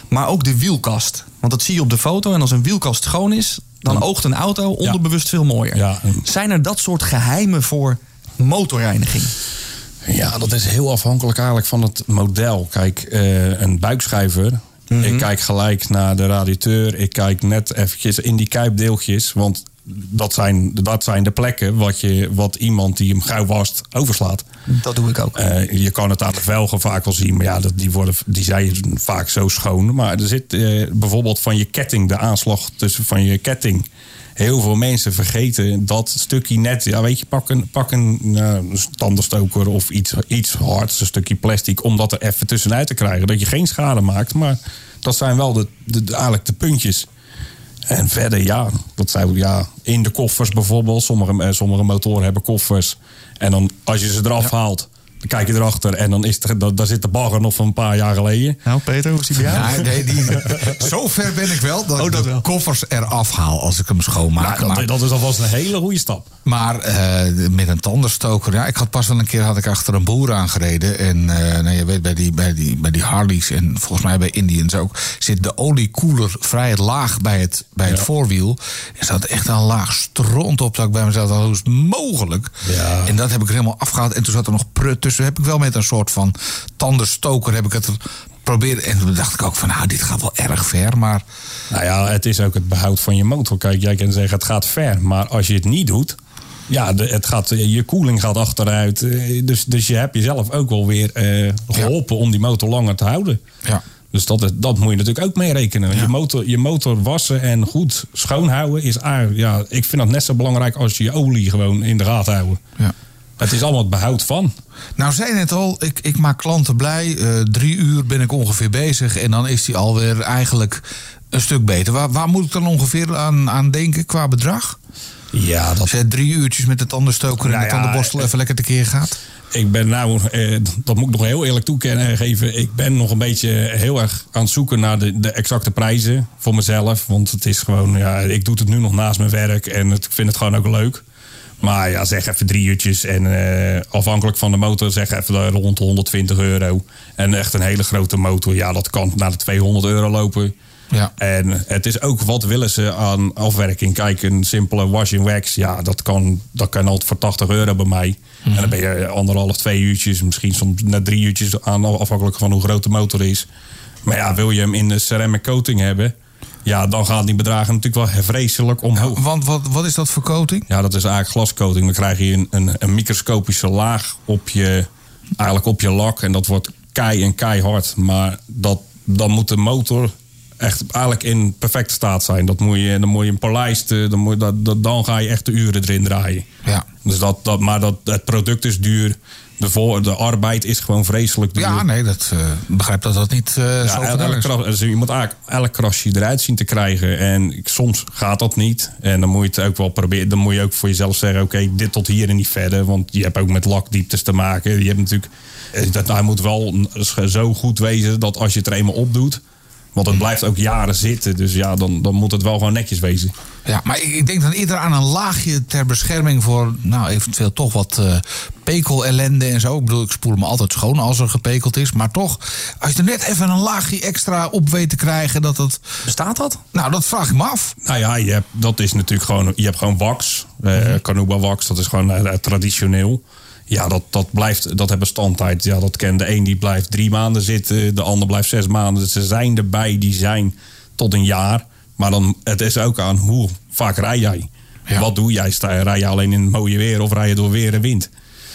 Maar ook de wielkast. Want dat zie je op de foto. En als een wielkast schoon is, dan oogt een auto onderbewust veel mooier. Ja. Zijn er dat soort geheimen voor motorreiniging? Ja, dat is heel afhankelijk eigenlijk van het model. Kijk, uh, een buikschuiver. Mm-hmm. Ik kijk gelijk naar de radiateur. Ik kijk net eventjes in die kuipdeeltjes. Want dat zijn, dat zijn de plekken wat, je, wat iemand die hem gauw wast overslaat. Dat doe ik ook. Uh, je kan het aan de velgen vaak wel zien. Maar ja, dat, die, worden, die zijn vaak zo schoon. Maar er zit uh, bijvoorbeeld van je ketting, de aanslag tussen van je ketting. Heel veel mensen vergeten dat stukje net. Ja, weet je, pak een, pak een uh, tandenstoker of iets, iets hards, een stukje plastic, om dat er even tussenuit te krijgen. Dat je geen schade maakt. Maar dat zijn wel de, de, de, eigenlijk de puntjes. En verder, ja, dat zijn ja, in de koffers bijvoorbeeld. Sommige, sommige motoren hebben koffers. En dan als je ze eraf ja. haalt, dan kijk je erachter en dan is er, daar zit de bagger nog van een paar jaar geleden. Nou, Peter, hoe is die bij jou? Ja, nee, die, zo ver ben ik wel dat, oh, dat ik de wel. koffers eraf haal als ik hem schoonmaak. Nou, dat, dat is alvast een hele goede stap. Maar uh, met een tandenstoker, ja, ik had pas wel een keer had ik achter een boer aangereden. En uh, nou, je weet, bij die, bij, die, bij die Harleys en volgens mij bij Indians ook, zit de oliekoeler vrij laag bij het, bij het ja. voorwiel. Er zat echt een laag stront op, dat ik bij mezelf dacht, hoe is het mogelijk? Ja. En dat heb ik er helemaal afgehaald. En toen zat er nog prut tussen. Heb ik wel met een soort van tandenstoker heb ik het proberen. En toen dacht ik ook van, nou, dit gaat wel erg ver, maar... Nou ja, het is ook het behoud van je motor. Kijk, jij kan zeggen, het gaat ver. Maar als je het niet doet, ja, de, het gaat, je koeling gaat achteruit. Dus, dus je hebt jezelf ook wel weer eh, geholpen ja. om die motor langer te houden. Ja. Dus dat, dat moet je natuurlijk ook mee rekenen. Ja. Je, motor, je motor wassen en goed schoonhouden is eigenlijk... Ja, ik vind dat net zo belangrijk als je olie gewoon in de gaten houden. Ja. Het is allemaal het behoud van. Nou, zei net al, ik, ik maak klanten blij. Uh, drie uur ben ik ongeveer bezig. En dan is die alweer eigenlijk een stuk beter. Waar, waar moet ik dan ongeveer aan, aan denken qua bedrag? Ja, dat... Als je drie uurtjes met de tandenstoker nou en de ja, tandenborstel even lekker tekeer gaat. Ik ben nou, eh, dat moet ik nog heel eerlijk toegeven. Ik ben nog een beetje heel erg aan het zoeken naar de, de exacte prijzen voor mezelf. Want het is gewoon, ja, ik doe het nu nog naast mijn werk. En het, ik vind het gewoon ook leuk. Maar ja, zeg even drie uurtjes. En uh, afhankelijk van de motor, zeg even rond de honderdtwintig euro. En echt een hele grote motor, ja, dat kan naar de tweehonderd euro lopen. Ja. En het is ook, wat willen ze aan afwerking? Kijk, een simpele wash and wax, ja, dat kan, dat kan altijd voor tachtig euro bij mij. Mm-hmm. En dan ben je anderhalf, twee uurtjes, misschien soms net drie uurtjes aan, afhankelijk van hoe groot de motor is. Maar ja, wil je hem in de ceramic coating hebben, ja, dan gaan die bedragen natuurlijk wel vreselijk omhoog. Ja, want wat, wat is dat voor coating? Ja, dat is eigenlijk glascoating. Dan krijg je een, een, een microscopische laag op je, eigenlijk op je lak. En dat wordt kei en keihard. Maar dat, dan moet de motor echt eigenlijk in perfecte staat zijn. Dat moet je, dan moet je een polijst, dan, moet, dat, dan ga je echt de uren erin draaien. Ja. Dus dat, dat, maar dat, het product is duur. De, voor, de arbeid is gewoon vreselijk duur. Ja, nee, dat uh, begrijp dat dat niet uh, ja, zo elk kras, dus je moet eigenlijk elk krasje eruit zien te krijgen. En soms gaat dat niet. En dan moet je het ook wel proberen. Dan moet je ook voor jezelf zeggen, oké, okay, dit tot hier en niet verder. Want je hebt ook met lakdieptes te maken. Je hebt natuurlijk, dat, hij moet wel zo goed wezen dat als je het er eenmaal op doet, want het blijft ook jaren zitten. Dus ja, dan, dan moet het wel gewoon netjes wezen. Ja, maar ik denk dan eerder aan een laagje ter bescherming voor, nou, eventueel toch wat uh, pekelellende en zo. Ik bedoel, ik spoel me altijd schoon als er gepekeld is. Maar toch, als je er net even een laagje extra op weet te krijgen, dat het... Bestaat dat? Nou, dat vraag ik me af. Nou ja, je hebt, dat is natuurlijk gewoon, je hebt gewoon wax. Uh, Canuba wax, dat is gewoon uh, traditioneel. Ja, dat, dat blijft, dat hebben standtijd. Ja, dat ken de een die blijft drie maanden zitten, de ander blijft zes maanden. Ze zijn erbij, die zijn tot een jaar. Maar dan, het is ook aan hoe vaak rij jij. Ja. Wat doe jij? Sta, rij je alleen in het mooie weer of rij je door weer en wind?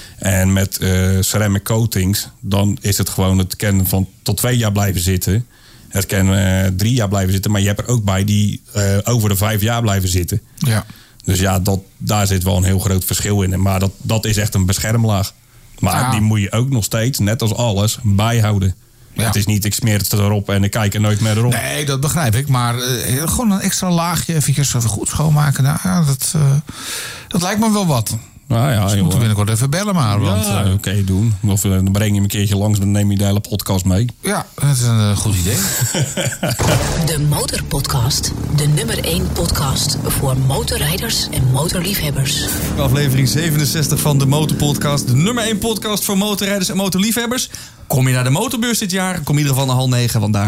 En met uh, ceramic coatings, dan is het gewoon het kennen van tot twee jaar blijven zitten. Het kan uh, drie jaar blijven zitten, maar je hebt er ook bij die uh, over de vijf jaar blijven zitten. Ja. Dus ja, dat, daar zit wel een heel groot verschil in. Maar dat, dat is echt een beschermlaag. Maar ja, die moet je ook nog steeds, net als alles, bijhouden. Ja. Het is niet, ik smeer het erop en ik kijk er nooit meer erop. Nee, dat begrijp ik. Maar uh, gewoon een extra laagje, eventjes even goed schoonmaken. Nou, ja, dat, uh, dat lijkt me wel wat. Nou ja, dus we moeten binnenkort even bellen maar. Want, ja, uh, oké, okay, doen. Of uh, dan breng je hem een keertje langs, dan neem je de hele podcast mee. Ja, dat is een uh, goed idee. De Motorpodcast. De nummer één podcast voor motorrijders en motorliefhebbers. Aflevering zevenenzestig van de Motorpodcast. De nummer één podcast voor motorrijders en motorliefhebbers. Kom je naar de motorbeurs dit jaar? Kom in ieder geval naar half negen, want daar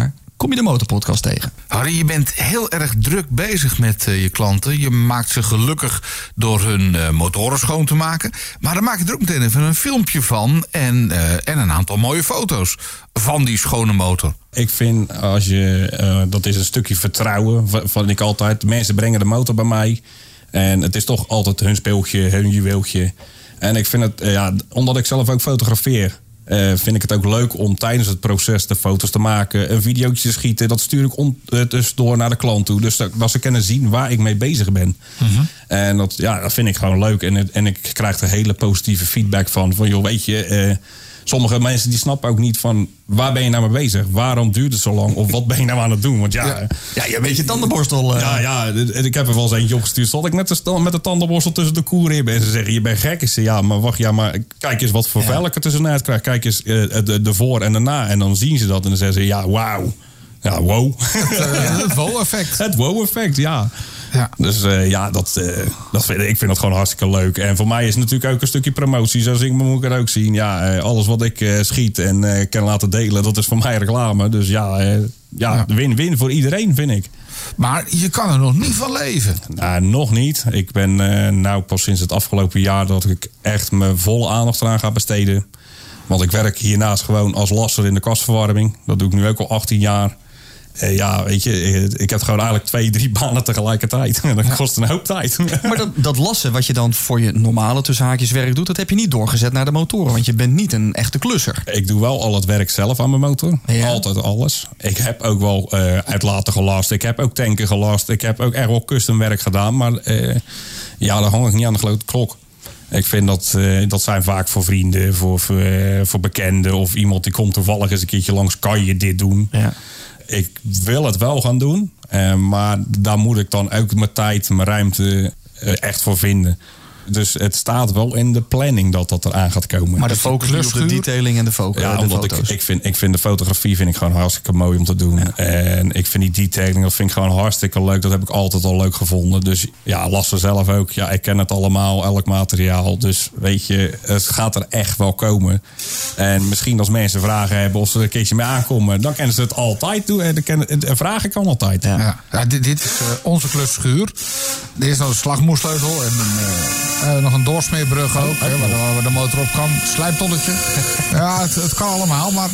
kom je de Motorpodcast tegen. Harry, je bent heel erg druk bezig met uh, je klanten. Je maakt ze gelukkig door hun uh, motoren schoon te maken. Maar dan maak je er ook meteen even een filmpje van. En, uh, en een aantal mooie foto's van die schone motor. Ik vind, als je, uh, dat is een stukje vertrouwen. Van ik altijd, mensen brengen de motor bij mij. En het is toch altijd hun speeltje, hun juweeltje. En ik vind het, uh, ja, omdat ik zelf ook fotografeer... Uh, vind ik het ook leuk om tijdens het proces de foto's te maken. Een videootje te schieten. Dat stuur ik on, uh, tussendoor naar de klant toe. Dus dat, dat ze kunnen zien waar ik mee bezig ben. Mm-hmm. En dat, ja, dat vind ik gewoon leuk. En, en ik krijg er hele positieve feedback van. Van joh, weet je... Uh, sommige mensen die snappen ook niet van... waar ben je nou mee bezig? Waarom duurt het zo lang? Of wat ben je nou aan het doen? Want ja... Ja, ja je weet je tandenborstel... Uh... Ja, ja, ik heb er wel eens eentje opgestuurd. Zat ik met de, met de tandenborstel tussen de koer in. En ze zeggen, je bent gek. Ik zeg, ja, maar wacht, ja, maar kijk eens wat voor ja. velken tussenuit krijg. Kijk eens uh, de, de voor en de na. En dan zien ze dat en dan zeggen ze, ja, wauw. Ja, wow. Het, uh, het wow-effect. Het wow-effect, ja. Ja. Dus uh, ja, dat, uh, dat vind, ik vind dat gewoon hartstikke leuk. En voor mij is het natuurlijk ook een stukje promotie. Zoals ik me moet ik ook zien. Ja, uh, alles wat ik uh, schiet en uh, kan laten delen, dat is voor mij reclame. Dus ja, uh, ja, ja. win-win voor iedereen, vind ik. Maar je kan er nog niet van leven. Nou, nog niet. Ik ben uh, nou pas sinds het afgelopen jaar dat ik echt mijn volle aandacht eraan ga besteden. Want ik werk hiernaast gewoon als lasser in de kastverwarming. Dat doe ik nu ook al achttien jaar. Uh, ja, weet je, ik heb gewoon eigenlijk twee, drie banen tegelijkertijd. En dat kost een hoop tijd. Maar dat, dat lassen wat je dan voor je normale tussen haakjes werk doet... dat heb je niet doorgezet naar de motoren. Want je bent niet een echte klusser. Ik doe wel al het werk zelf aan mijn motor. Ja. Altijd alles. Ik heb ook wel uh, uitlaten gelast. Ik heb ook tanken gelast. Ik heb ook echt wel custom werk gedaan. Maar uh, ja, daar hang ik niet aan de grote klok. Ik vind dat, uh, dat zijn vaak voor vrienden, voor, voor, uh, voor bekenden... of iemand die komt toevallig eens een keertje langs, kan je dit doen? Ja. Ik wil het wel gaan doen, uh, maar daar moet ik dan ook mijn tijd, mijn ruimte uh, echt voor vinden. Dus het staat wel in de planning dat dat eraan gaat komen. Maar de focus dus op de detailing en de focus. Ja, de omdat ik, ik, vind, ik vind de fotografie vind ik gewoon hartstikke mooi om te doen. Ja. En ik vind die detailing, dat vind ik gewoon hartstikke leuk. Dat heb ik altijd al leuk gevonden. Dus ja, lassen zelf ook. Ja, ik ken het allemaal, elk materiaal. Dus weet je, het gaat er echt wel komen. En misschien als mensen vragen hebben of ze er een keertje mee aankomen, dan kunnen ze het altijd doen. En de vragen kan altijd. Ja. Ja. Ja, dit, dit is uh, onze klusschuur. Er is nog een slagmoersleutel en een... Uh... Uh, nog een doorsmeerbrug ook, hè, waar, de, waar de motor op kan. Slijptonnetje. Ja, het, het kan allemaal. Maar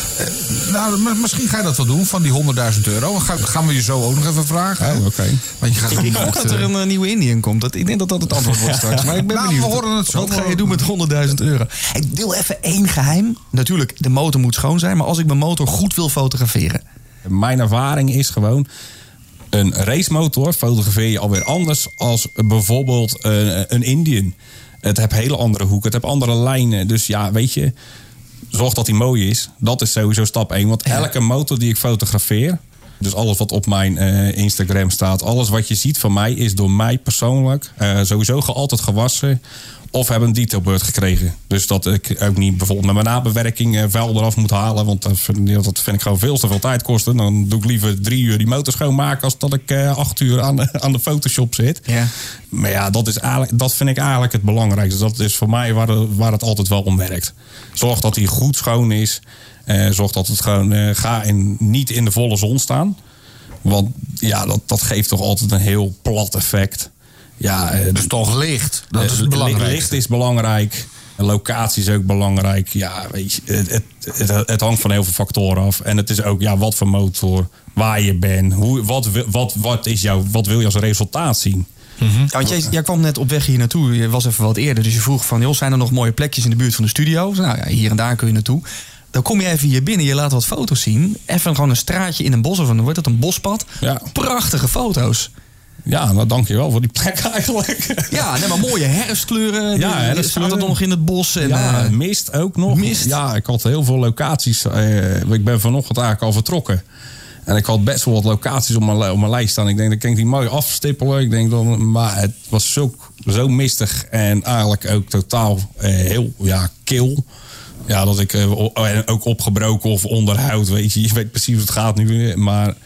uh, nou, m- misschien ga je dat wel doen van die honderdduizend euro. Ga, gaan we je zo ook nog even vragen. Oh, Oké. Okay. Want je gaat ik hoop dat er een uh, nieuwe Indian komt. Dat, ik denk dat dat het antwoord wordt straks. Maar ik ben nou, benieuwd. We horen het zo. Wat ga je doen met honderdduizend euro? Ik wil even één geheim. Natuurlijk, de motor moet schoon zijn. Maar als ik mijn motor goed wil fotograferen. Mijn ervaring is gewoon... Een racemotor fotografeer je alweer anders als bijvoorbeeld uh, een Indian. Het heeft hele andere hoeken, het heeft andere lijnen. Dus ja, weet je, zorg dat die mooi is. Dat is sowieso stap één. Want elke motor die ik fotografeer... Dus alles wat op mijn uh, Instagram staat... alles wat je ziet van mij is door mij persoonlijk... Uh, sowieso altijd gewassen... of hebben een detailbeurt gekregen. Dus dat ik ook niet bijvoorbeeld met mijn nabewerking uh, vuil eraf moet halen. Want dat vind, dat vind ik gewoon veel te veel tijd kosten. Dan doe ik liever drie uur die motor schoonmaken... als dat ik uh, acht uur aan de, aan de Photoshop zit. Ja. Maar ja, dat, is eigenlijk, dat vind ik eigenlijk het belangrijkste. Dat is voor mij waar, de, waar het altijd wel om werkt. Zorg dat hij goed schoon is... Uh, zorg dat het gewoon uh, ga in, niet in de volle zon staan. Want ja, dat, dat geeft toch altijd een heel plat effect. Ja, uh, dus toch licht. Dat is het belangrijkste. Licht is belangrijk. Locatie is ook belangrijk. Ja, weet je, het, het, het, het hangt van heel veel factoren af. En het is ook ja, wat voor motor, waar je bent, hoe, wat, wat, wat, is jouw, wat wil je als resultaat zien. Mm-hmm. Ja, want jij, jij kwam net op weg hier naartoe. Je was even wat eerder. Dus je vroeg van, joh, zijn er nog mooie plekjes in de buurt van de studio? Nou ja, hier en daar kun je naartoe. Dan kom je even hier binnen, je laat wat foto's zien. Even gewoon een straatje in een bos of een, wordt dat een bospad? Ja. Prachtige foto's. Ja, nou dank je wel voor die plek eigenlijk. Ja, nee, maar mooie herfstkleuren. Ja, herfstkleuren. Staat het nog in het bos. En, ja, uh, mist ook nog. Mist. Ja, ik had heel veel locaties. Uh, ik ben vanochtend eigenlijk al vertrokken. En ik had best wel wat locaties op mijn, op mijn lijst staan. Ik denk, dan kan ik die mooi afstippelen. Ik denk dan, maar het was zo, zo mistig en eigenlijk ook totaal uh, heel ja, kil. Ja, dat ik uh, ook opgebroken of onderhoud, weet je. Je weet precies hoe het gaat nu. Maar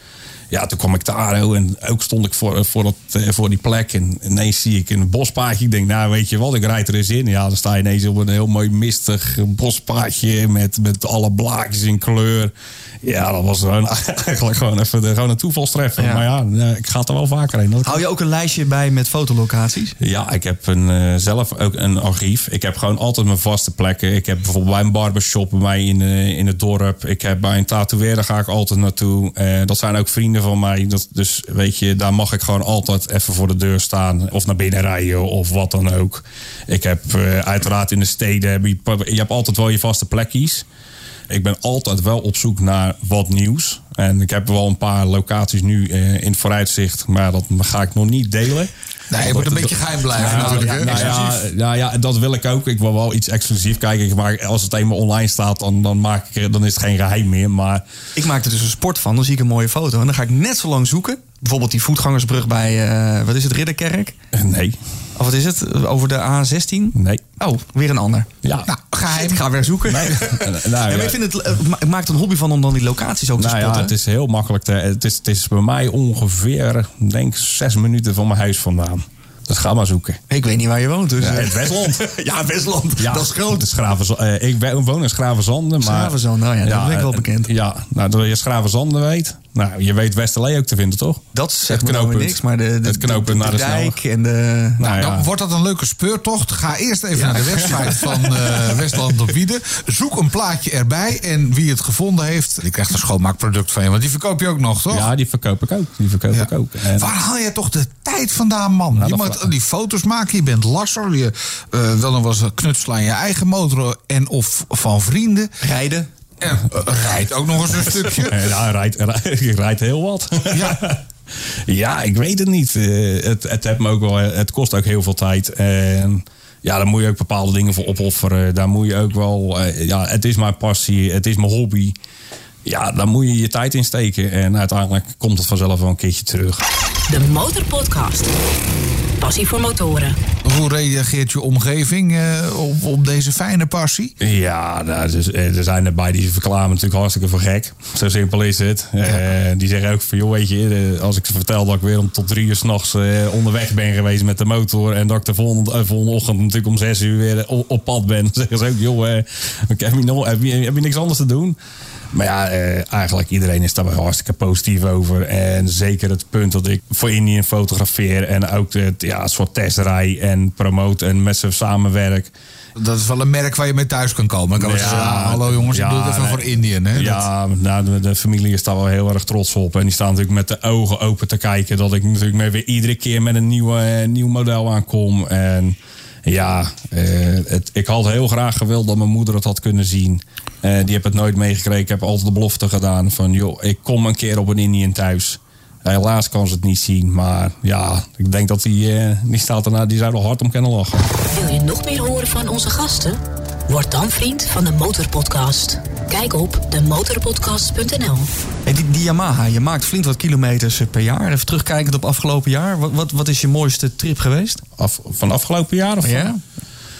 Ja, toen kwam ik daar oh, en ook stond ik voor, voor, dat, voor die plek. En ineens zie ik een bospaadje. Ik denk, nou weet je wat, ik rijd er eens in. Ja, dan sta je ineens op een heel mooi mistig bospaadje met, met alle blaadjes in kleur. Ja, dat was gewoon, eigenlijk gewoon even de, gewoon een toevalstreffer. Ja. Maar ja, ik ga er wel vaker heen. Dat Hou je ook een lijstje bij met fotolocaties? Ja, ik heb een, uh, zelf ook een archief. Ik heb gewoon altijd mijn vaste plekken. Ik heb bijvoorbeeld bij een barbershop bij mij in, uh, in het dorp. Ik heb bij een tatoeëerder ga ik altijd naartoe. Uh, dat zijn ook vrienden van mij. Dat, dus weet je, daar mag ik gewoon altijd even voor de deur staan. Of naar binnen rijden of wat dan ook. Ik heb uh, uiteraard in de steden... Heb je, je hebt altijd wel je vaste plekjes. Ik ben altijd wel op zoek naar wat nieuws. En ik heb wel een paar locaties nu uh, in het vooruitzicht. Maar dat ga ik nog niet delen. Nee, je moet een beetje geheim blijven ja, natuurlijk. Ja, nou ja, ja, ja, dat wil ik ook. Ik wil wel iets exclusief kijken. Maar als het eenmaal online staat, dan, dan, maak ik, dan is het geen geheim meer. Maar... Ik maak er dus een sport van. Dan zie ik een mooie foto. En dan ga ik net zo lang zoeken. Bijvoorbeeld die voetgangersbrug bij, uh, wat is het, Ridderkerk? Nee. Of wat is het? Over de A zestien? Nee. Oh, weer een ander. Ja. Nou, geheim. Ik ga weer zoeken. Nee. nou, ja, maar ik, vind het, ik maak er een hobby van om dan die locaties ook te nou spotten. Ja, het is heel makkelijk. Te, het, is, het is bij mij ongeveer, denk zes minuten van mijn huis vandaan. Dus ga maar zoeken. Ik weet niet waar je woont. Dus. Ja, het Westland. ja, Westland. Ja, dat is groot. Het Schraven, uh, ik woon in Schravenzande. Maar, Schravenzande, nou ja, dat ben ik wel bekend. Ja, nou, dat je Schravenzande weet. Nou, je weet Westerlee ook te vinden, toch? Dat zegt me nou niks, maar de, de, het knooppunt naar de, de dijk en de... Nou, ja. Dan wordt dat een leuke speurtocht. Ga eerst even ja. naar de website van uh, Westland op Wieden. Zoek een plaatje erbij. En wie het gevonden heeft, die krijgt een schoonmaakproduct van je. Want die verkoop je ook nog, toch? Ja, die verkoop ik ook. Die verkoop ja. ik ook. En... Waar haal je toch de tijd vandaan, man? Nou, je moet vraag... die foto's maken. Je bent lasser. Je uh, wil nog wel eens knutselen aan je eigen motor. En of van vrienden. Rijden. En uh, rijdt ook nog eens een stukje. Ja, rijdt, rijdt, rijdt heel wat. Ja. ja, ik weet het niet. Uh, het, het, heeft me ook wel, het kost ook heel veel tijd. En ja, daar moet je ook bepaalde dingen voor opofferen. Daar moet je ook wel... Uh, ja, het is mijn passie. Het is mijn hobby. Ja, daar moet je je tijd in steken. En uiteindelijk komt het vanzelf wel een keertje terug. De Motorpodcast. Passie voor motoren. Hoe reageert je omgeving uh, op, op deze fijne passie? Ja, nou, dus, er zijn erbij die verklaren natuurlijk hartstikke voor gek. Zo simpel is het. Ja. Uh, die zeggen ook van, joh, weet je, als ik ze vertel dat ik weer om tot drie uur 's nachts uh, onderweg ben geweest met de motor. En dat ik de volgende, uh, volgende ochtend natuurlijk om zes uur weer op, op pad ben. Dan zeggen ze ook, joh, uh, heb, je nog, heb, je, heb je niks anders te doen? Maar ja, eh, eigenlijk iedereen is daar wel hartstikke positief over. En zeker het punt dat ik voor Indian fotografeer. En ook het ja, soort testrij en promote en met ze samenwerk. Dat is wel een merk waar je mee thuis kan komen. Ik kan ja, zeggen, ah, hallo jongens, ja, ik doe het even nee, voor Indian. Hè? Ja, nou, de, de familie is daar wel heel erg trots op. En die staan natuurlijk met de ogen open te kijken. Dat ik natuurlijk mee weer iedere keer met een nieuwe, nieuw model aankom. En... Ja, uh, het, ik had heel graag gewild dat mijn moeder het had kunnen zien. Uh, die heb het nooit meegekregen. Ik heb altijd de belofte gedaan van... joh, ik kom een keer op een Indian thuis. Helaas kan ze het niet zien. Maar ja, ik denk dat die, uh, die staat erna, die zou er hard om kunnen lachen. Wil je nog meer horen van onze gasten? Word dan vriend van de Motorpodcast. Kijk op de motorpodcast punt n l. Hey, die, die Yamaha, je maakt flink wat kilometers per jaar. Even terugkijkend op afgelopen jaar. Wat, wat, wat is je mooiste trip geweest? Af, van afgelopen jaar? Of ja. Van?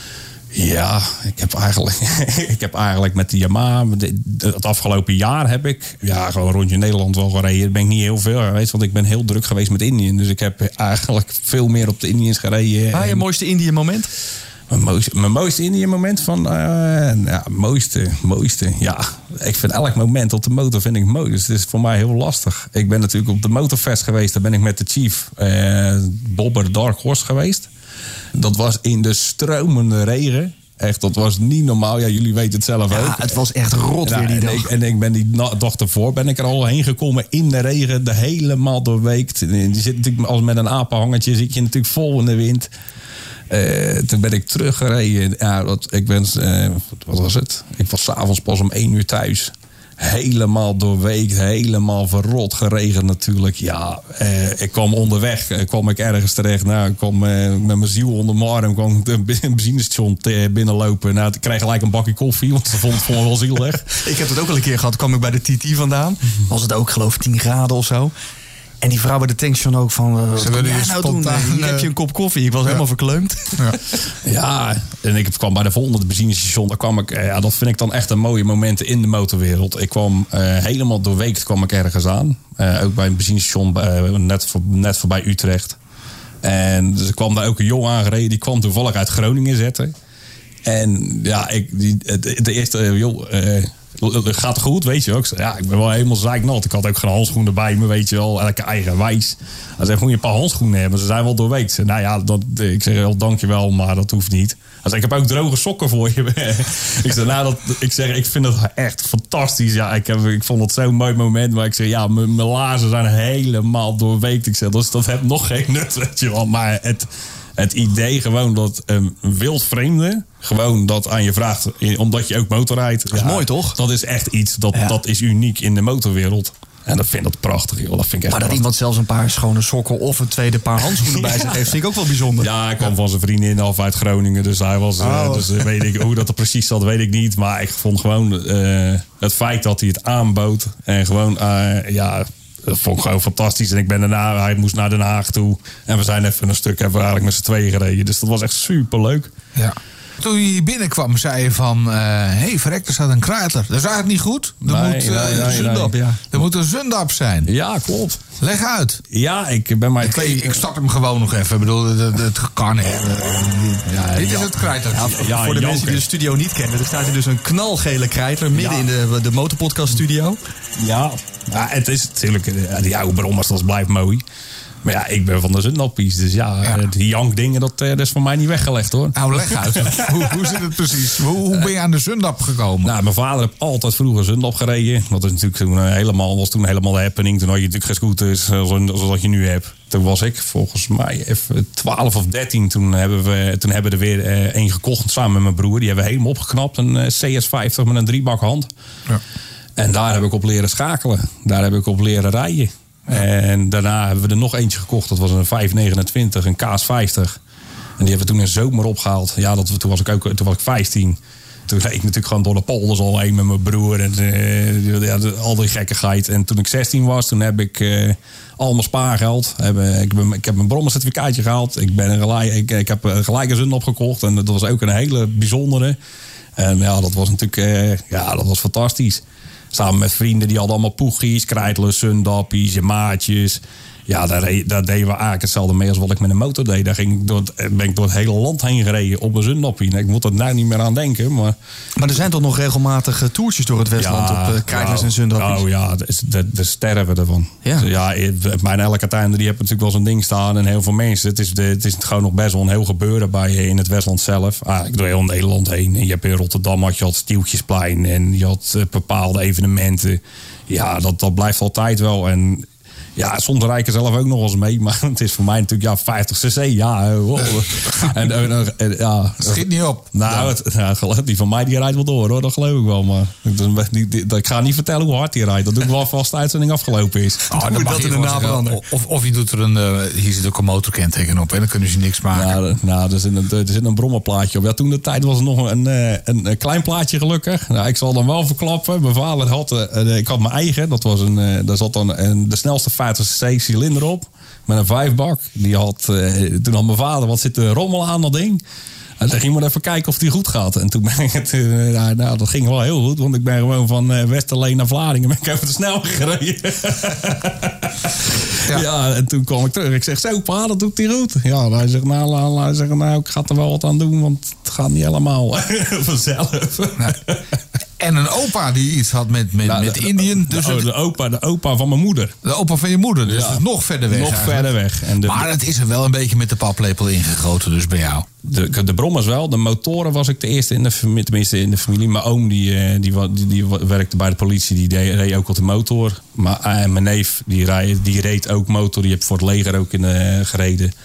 Ja, ik heb eigenlijk, ik heb eigenlijk met de Yamaha... Het afgelopen jaar heb ik ja, gewoon rondje Nederland wel gereden. Daar ben ik niet heel veel geweest, want ik ben heel druk geweest met Indian. Dus ik heb eigenlijk veel meer op de Indians gereden. Ah, je mooiste Indian moment? Mijn mooiste, mijn mooiste Indian moment van... Uh, ja, mooiste, mooiste. Ja, ik vind elk moment op de motor vind ik mooi. Dus het is voor mij heel lastig. Ik ben natuurlijk op de Motorfest geweest. Daar ben ik met de Chief uh, Bobber Dark Horse geweest. Dat was in de stromende regen. Echt, dat was niet normaal. Ja, jullie weten het zelf ja, ook. Het was echt rot ja, weer die en dag. Ik, en ik ben die dag ervoor ben ik er al heen gekomen in de regen. De helemaal doorweekt. Je zit natuurlijk als met een apenhangertje zit je natuurlijk vol in de wind. Uh, toen ben ik teruggereden. Ja, dat, ik ben, uh, wat was het? Ik was 's avonds pas om één uur thuis. Helemaal doorweekt, helemaal verrot geregend natuurlijk. Ja, uh, ik kwam onderweg, uh, kwam ik ergens terecht. Nou, ik kwam uh, met mijn ziel onder mijn arm, kwam ik een benzinestation binnenlopen. Nou, ik kreeg gelijk een bakje koffie, want ze vond het wel zielig. Ik heb het ook al een keer gehad, kwam ik bij de T T vandaan. Was het ook geloof ik tien graden of zo. En die vrouw bij de tankstation ook van... Uh, wat Ze wil willen jij je nou doen? spontaan, Hier uh, heb je een kop koffie. Ik was ja. helemaal verkleumd. Ja. Ja, en ik kwam bij de volgende benzinestation. Daar kwam ik, ja, dat vind ik dan echt een mooie momenten in de motorwereld. Ik kwam uh, helemaal doorweekt kwam ik ergens aan. Uh, ook bij een benzinestation uh, net, voor, net voorbij Utrecht. En dus er kwam daar ook een jongen aangereden. Die kwam toevallig uit Groningen zetten. En ja, ik, die, de, de eerste, uh, joh... Uh, gaat het goed, weet je ook. Ja, ik ben wel helemaal zeiknat. Ik had ook geen handschoenen bij me, weet je wel. Elke eigenwijs. Hij zei, moet je een paar handschoenen hebben? Ze zijn wel doorweekt. Nou ja, dat, ik zeg wel, dankjewel, maar dat hoeft niet. Hij zei, ik heb ook droge sokken voor je. ik zeg, nou, dat, ik zeg, ik vind het echt fantastisch. Ja, ik, heb, ik vond het zo'n mooi moment. Maar ik zeg, ja, mijn laarzen zijn helemaal doorweekt. Ik zeg, dus dat heeft nog geen nut, weet je wel. Maar het... Het idee gewoon dat een wildvreemde gewoon dat aan je vraagt, omdat je ook motorrijdt. Dat is ja, mooi, toch? Dat is echt iets, dat, ja. dat is uniek in de motorwereld. En dat vind ik dat prachtig, joh. Dat vind ik echt maar dat prachtig. iemand zelfs een paar schone sokken of een tweede paar handschoenen bij zich heeft, vind ik ook wel bijzonder. Ja, hij kwam van zijn vriendin af uit Groningen. Dus hij was, oh. uh, dus weet ik, hoe dat er precies zat, weet ik niet. Maar ik vond gewoon uh, het feit dat hij het aanbood. En gewoon, uh, ja... Dat vond ik gewoon fantastisch. En ik ben daarna, hij moest naar Den Haag toe. En we zijn even een stuk, hebben we eigenlijk met z'n tweeën gereden. Dus dat was echt super leuk. Ja. Toen je hier binnenkwam, zei je van... Hé, uh, hey, verrek, er staat een kruidler. Dat is eigenlijk niet goed. Er nee, moet uh, nee, nee, een zundap. nee, ja. Er moet een zundap zijn. Ja, klopt. Leg uit. Ja, ik ben maar ik, twee... Ik start hem gewoon nog even. Ik bedoel, het, het kan niet. Ja, dit ja. is het kruidler. Ja, ja, voor de mensen die de studio niet kennen... er staat hier dus een knalgele kruidler midden ja. in de, de Motorpodcast studio. Ja, ja, het is natuurlijk... Die oude brommers, dat blijft mooi. Maar ja, ik ben van de zundappies. Dus ja, ja. die jankdingen, dat, dat is voor mij niet weggelegd, hoor. Nou, leg uit. hoe, hoe zit het precies? Hoe, hoe ben je aan de zundap gekomen? Nou, mijn vader heeft altijd vroeger zundap gereden. Dat is natuurlijk toen helemaal, was toen helemaal de happening. Toen had je natuurlijk geen scooters zoals je nu hebt. Toen was ik volgens mij even twaalf of dertien. Toen hebben we, toen hebben we er weer uh, één gekocht samen met mijn broer. Die hebben we helemaal opgeknapt. Een uh, C S vijftig met een driebak-hand. Ja. En daar heb ik op leren schakelen. Daar heb ik op leren rijden. Ja. En daarna hebben we er nog eentje gekocht. Dat was een vijf negenentwintig, een K S vijftig. En die hebben we toen in de zomer opgehaald. Ja, dat, toen, was ik ook, toen was ik vijftien. Toen reed ik natuurlijk gewoon door de polders al heen met mijn broer. En uh, ja, al die gekkigheid. En toen ik zestien was, toen heb ik uh, al mijn spaargeld. Heb, uh, ik, ben, ik heb mijn brommercertificaatje gehaald. Ik, ben een gelijk, ik, ik heb gelijk een zundap gekocht. En dat was ook een hele bijzondere. En ja, dat was natuurlijk uh, ja, dat was fantastisch. Samen met vrienden, die hadden allemaal poegies, krijtlers, zundappies en maatjes. Ja, daar, daar deden we eigenlijk hetzelfde mee als wat ik met een motor deed. Daar ging ik door het, ben ik door het hele land heen gereden op een zundappie. Ik moet er nou niet meer aan denken. Maar, maar er zijn toch nog regelmatig toertjes door het Westland ja, op uh, krijtlers nou, en zundappies? Oh ja, daar sterven we ervan. Ja, ja mijn elke tuinder die heeft natuurlijk wel zo'n ding staan. En heel veel mensen. Het is, de, het is gewoon nog best wel een heel gebeuren bij in het Westland zelf. Ah, ik door heel Nederland heen. En je hebt in Rotterdam had je had Stieltjesplein. En je had uh, bepaalde evenementen. Ja, dat, dat blijft altijd wel. En ja, soms rijd ik er zelf ook nog eens mee. Maar het is voor mij natuurlijk ja, vijftig cc. Ja, oh. en, en, en, ja. Schiet niet op. Nou, het, ja, die van mij die rijdt wel door, hoor. Dat geloof ik wel. Maar die, die, die, ik ga niet vertellen hoe hard die rijdt. Dat doe ik wel vast de uitzending afgelopen is. Oh, dan dat in de naam veranderen. Of, of je doet er een... Uh, hier zit ook een motorkenteken op. En dan kunnen ze niks maken. Ja, nou, er zit een, er zit een brommerplaatje op. Ja, toen de tijd was het nog een, een, een klein plaatje gelukkig. Nou, ik zal dan wel verklappen. Mijn vader had... Uh, ik had mijn eigen. Dat was een... Uh, daar zat dan een, de snelste vijftig cc cilinder op. Met een vijfbak. Die had, uh, toen had mijn vader, wat zit de rommel aan dat ding. En toen ging maar even kijken of die goed gaat. En toen ben ik het, uh, nou, nou, dat ging wel heel goed. Want ik ben gewoon van uh, Westerlee naar Vlaardingen. Ben ik even te snel gereden. ja. ja, en toen kwam ik terug. Ik zeg, zo pa, dat doet hij goed. Ja, hij zegt, nou, la, la, hij zegt, nou, ik ga er wel wat aan doen. Want het gaat niet helemaal vanzelf. Nee. En een opa die iets had met, met, nou, met Indiën. Dus de, de, opa, de opa van mijn moeder. De opa van je moeder, dus ja. nog verder weg. Nog eigenlijk. verder weg. En de, maar het is er wel een beetje met de paplepel ingegoten dus bij jou. De, de brommers wel. De motoren was ik de eerste in de familie. Tenminste in de familie. Mijn oom die, die, die, die werkte bij de politie. Die deed, reed ook op de motor. Maar uh, mijn neef die, reed, die reed ook motor. Die heeft voor het leger ook in, uh, gereden.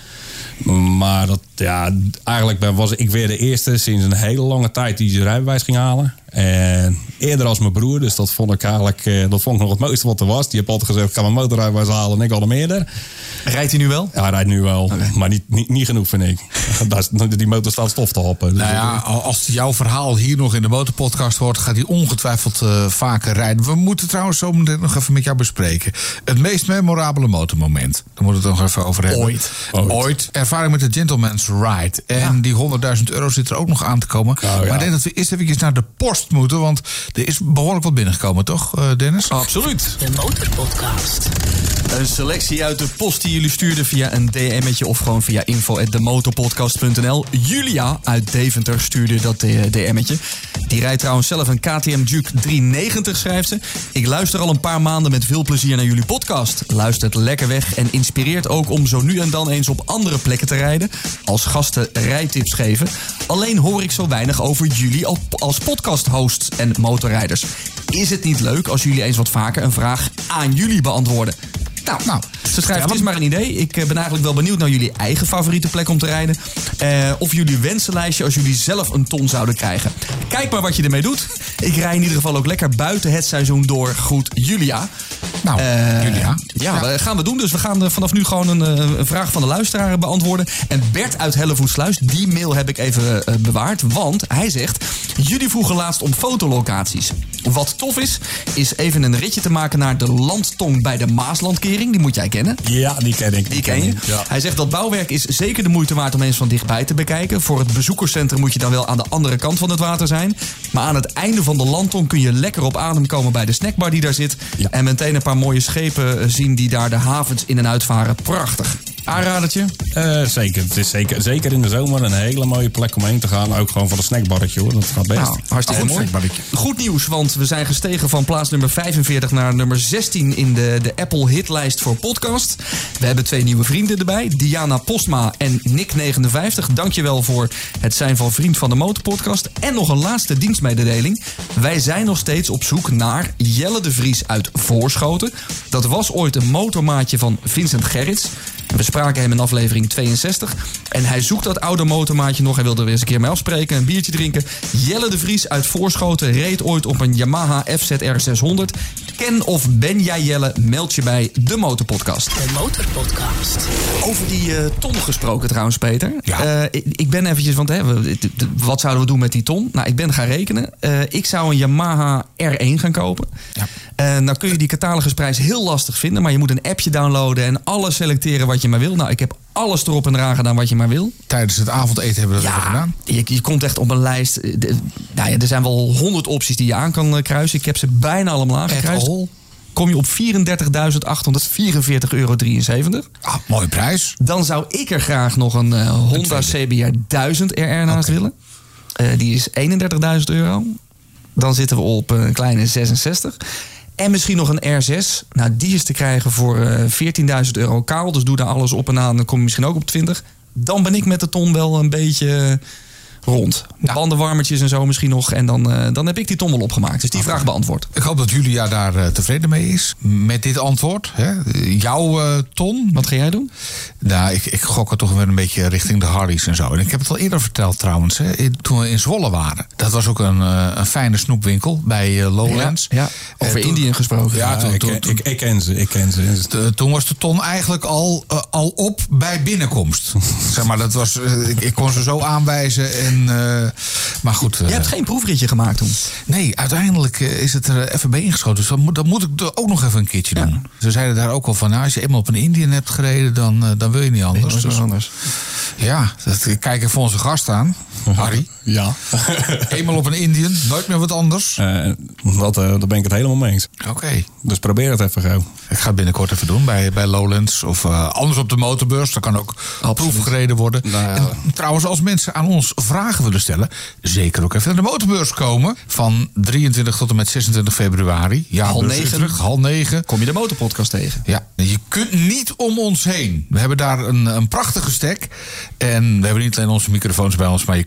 Maar dat, ja, eigenlijk ben- was ik weer de eerste sinds een hele lange tijd die zijn rijbewijs ging halen. En eerder als mijn broer, dus dat vond ik eigenlijk eh, dat vond ik nog het mooiste wat er was. Die heeft altijd gezegd, ik ga mijn motorrijbewijs halen en ik al hem eerder. Rijdt hij nu wel? Ja, hij rijdt nu wel, Okay. maar niet, niet, niet genoeg vind ik. Daar is- Die motor staat stof te happen. Dus Nou ja, als jouw verhaal hier nog in de motorpodcast wordt, gaat hij ongetwijfeld uh, vaker rijden. We moeten trouwens zo meteen nog even met jou bespreken. Het meest memorabele motormoment. Daar moeten we het nog even over hebben. Ooit. Ooit. Ooit. Ervaring met de Gentleman's Ride. En ja. die honderdduizend euro zit er ook nog aan te komen. ja. Maar ik denk dat we eerst even naar de post moeten. Want er is behoorlijk wat binnengekomen, toch, uh, Dennis? Absoluut. De Motorpodcast. Een selectie uit de post die jullie stuurden via een D M'tje of gewoon via info at demotorpodcast punt n l. Julia uit Deventer stuurde dat D M'tje. Die rijdt trouwens zelf een K T M Duke driehonderdnegentig, schrijft ze. Ik luister al een paar maanden met veel plezier naar jullie podcast. Luistert lekker weg en inspireert ook om zo nu en dan eens op andere plekken te rijden. Als gasten rijtips geven. Alleen hoor ik zo weinig over jullie als podcast-hosts en motorrijders. Is het niet leuk als jullie eens wat vaker een vraag aan jullie beantwoorden? Nou, nou, ze schrijft, het is maar een idee. Ik ben eigenlijk wel benieuwd naar jullie eigen favoriete plek om te rijden. Uh, of jullie wensenlijstje als jullie zelf een ton zouden krijgen. Kijk maar wat je ermee doet. Ik rij in ieder geval ook lekker buiten het seizoen door. Goed, Julia. Nou, uh, Julia. Ja, ja, gaan we doen. Dus we gaan vanaf nu gewoon een, een vraag van de luisteraar beantwoorden. En Bert uit Hellevoetsluis, die mail heb ik even uh, bewaard. Want hij zegt, jullie vroegen laatst om fotolocaties. Wat tof is, is even een ritje te maken naar de landtong bij de Maaslandkering. Die moet jij kennen. Ja, die ken ik. Die ken je. Ja. Hij zegt dat bouwwerk is zeker de moeite waard om eens van dichtbij te bekijken. Voor het bezoekerscentrum moet je dan wel aan de andere kant van het water zijn. Maar aan het einde van de landtong kun je lekker op adem komen bij de snackbar die daar zit. Ja. En meteen een paar mooie schepen zien die daar de havens in en uitvaren. Prachtig. Aanradertje? Uh, zeker. Het is zeker, zeker in de zomer een hele mooie plek om heen te gaan. Ook gewoon voor een snackbarretje hoor. Dat gaat best. Nou, hartstikke mooi. Goed nieuws, want we zijn gestegen van plaats nummer vijfenveertig naar nummer zestien in de, de Apple hitlijst voor podcast. We hebben twee nieuwe vrienden erbij. Diana Postma en Nick negenenvijftig. Dankjewel voor het zijn van vriend van de Motorpodcast. En nog een laatste dienstmededeling. Wij zijn nog steeds op zoek naar Jelle de Vries uit Voorschoten. Dat was ooit een motormaatje van Vincent Gerrits. We spraken hem in aflevering tweeënzestig. En hij zoekt dat oude motormaatje nog. Hij wilde er weer eens een keer mee afspreken. Een biertje drinken. Jelle de Vries uit Voorschoten reed ooit op een Yamaha F Z R zeshonderd. Ken of ben jij Jelle? Meld je bij de Motorpodcast. De Motorpodcast. Over die uh, ton gesproken trouwens, Peter. Ja. Uh, ik, ik ben eventjes, want hè, we, wat zouden we doen met die ton? Nou, ik ben gaan rekenen. Uh, ik zou een Yamaha R één gaan kopen. Ja. Uh, nou kun je die catalogusprijs heel lastig vinden. Maar je moet een appje downloaden en alles selecteren wat je maar wil. Nou, ik heb alles erop en eraan gedaan wat je maar wil. Tijdens het avondeten hebben we dat ja, even gedaan. Je, je komt echt op een lijst. De, nou ja, er zijn wel honderd opties die je aan kan kruisen. Ik heb ze bijna allemaal gekruist. Kom je op vierendertigduizend achthonderdvierenveertig euro drieënzeventig. Ah, mooie prijs. Dan zou ik er graag nog een uh, Honda C B R duizend R R naast okay. willen. Uh, die is eenendertigduizend euro. Dan zitten we op een kleine zesenzestig. En misschien nog een R zes. Nou, die is te krijgen voor uh, veertienduizend euro kaal. Dus doe daar alles op en aan. Dan kom je misschien ook op twintig. Dan ben ik met de ton wel een beetje rond. Nou. Bandenwarmertjes en zo misschien nog. En dan, uh, dan heb ik die ton wel opgemaakt. Dus die okay. vraag beantwoord. Ik hoop dat Julia daar uh, tevreden mee is. Met dit antwoord. Hè? Jouw uh, ton. Wat ga jij doen? Nou, ik, ik gok er toch weer een beetje richting de Harry's en zo. En ik heb het al eerder verteld trouwens. Hè, toen we in Zwolle waren. Dat was ook een, uh, een fijne snoepwinkel bij uh, Lowlands. Ja, ja. Over toen, Indië gesproken. Ja, toen, ja, toen, ik, toen, ik, ik ken ze. Ik ken ze. T, toen was de ton eigenlijk al, uh, al op bij binnenkomst. Zeg maar, dat was, uh, ik, ik kon ze zo aanwijzen. En, uh, maar goed. Uh, Je hebt geen proefritje gemaakt toen? Nee, uiteindelijk uh, is het er even bij ingeschoten. Dus dat moet, dat moet ik ook nog even een keertje doen. Ja. Ze zeiden daar ook al van, nou, als je eenmaal op een Indian hebt gereden, dan, uh, dan wil je niet anders. Nee, dus, anders. Ja, dat, kijk even onze gast aan. Harry. Ja. Eenmaal op een Indian, nooit meer wat anders. Uh, dat, uh, daar ben ik het helemaal mee eens. Oké. Okay. Dus probeer het even gauw. Ik ga het binnenkort even doen bij, bij Lowlands. Of uh, anders op de motorbeurs. Daar kan ook proef gereden worden. Nou ja. En trouwens, als mensen aan ons vragen willen stellen, zeker ook even naar de motorbeurs komen. Van drieëntwintig tot en met zesentwintig februari. Ja, half negen. Half negen. Kom je de Motorpodcast tegen. Ja, je kunt niet om ons heen. We hebben daar een, een prachtige stek. En we hebben niet alleen onze microfoons bij ons, maar je kunt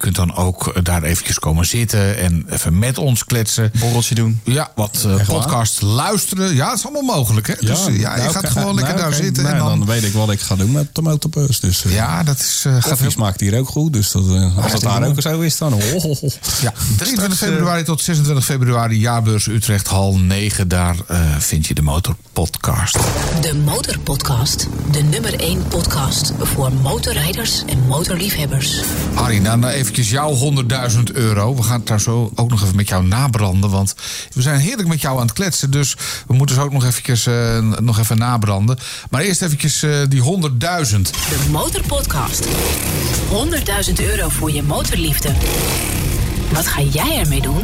kunt dan ook uh, daar eventjes komen zitten en even met ons kletsen. Borreltje doen. Ja, wat uh, podcast luisteren. Ja, het is allemaal mogelijk, hè? Ja, dus uh, ja, je nou, gaat okay, gewoon nou, lekker daar okay, zitten. Nou, en dan... dan weet ik wat ik ga doen met de motorbus. Dus, uh, ja, dat is... Uh, koffie gaat heel... smaakt hier ook goed. Dus dat, uh, als dat daar ook zo is, dan... Oh, oh, oh. Ja, drieëntwintig februari tot zesentwintig februari, jaarbeurs Utrecht, hal negen. Daar uh, vind je de Motorpodcast. De Motorpodcast. De nummer één podcast voor motorrijders en motorliefhebbers. Harry, nou, nou eventjes jouw honderdduizend euro. We gaan het daar zo ook nog even met jou nabranden. Want we zijn heerlijk met jou aan het kletsen. Dus we moeten ze ook nog eventjes, uh, nog even nabranden. Maar eerst eventjes uh, die honderdduizend. De Motorpodcast. honderdduizend euro voor je motorliefde. Wat ga jij ermee doen?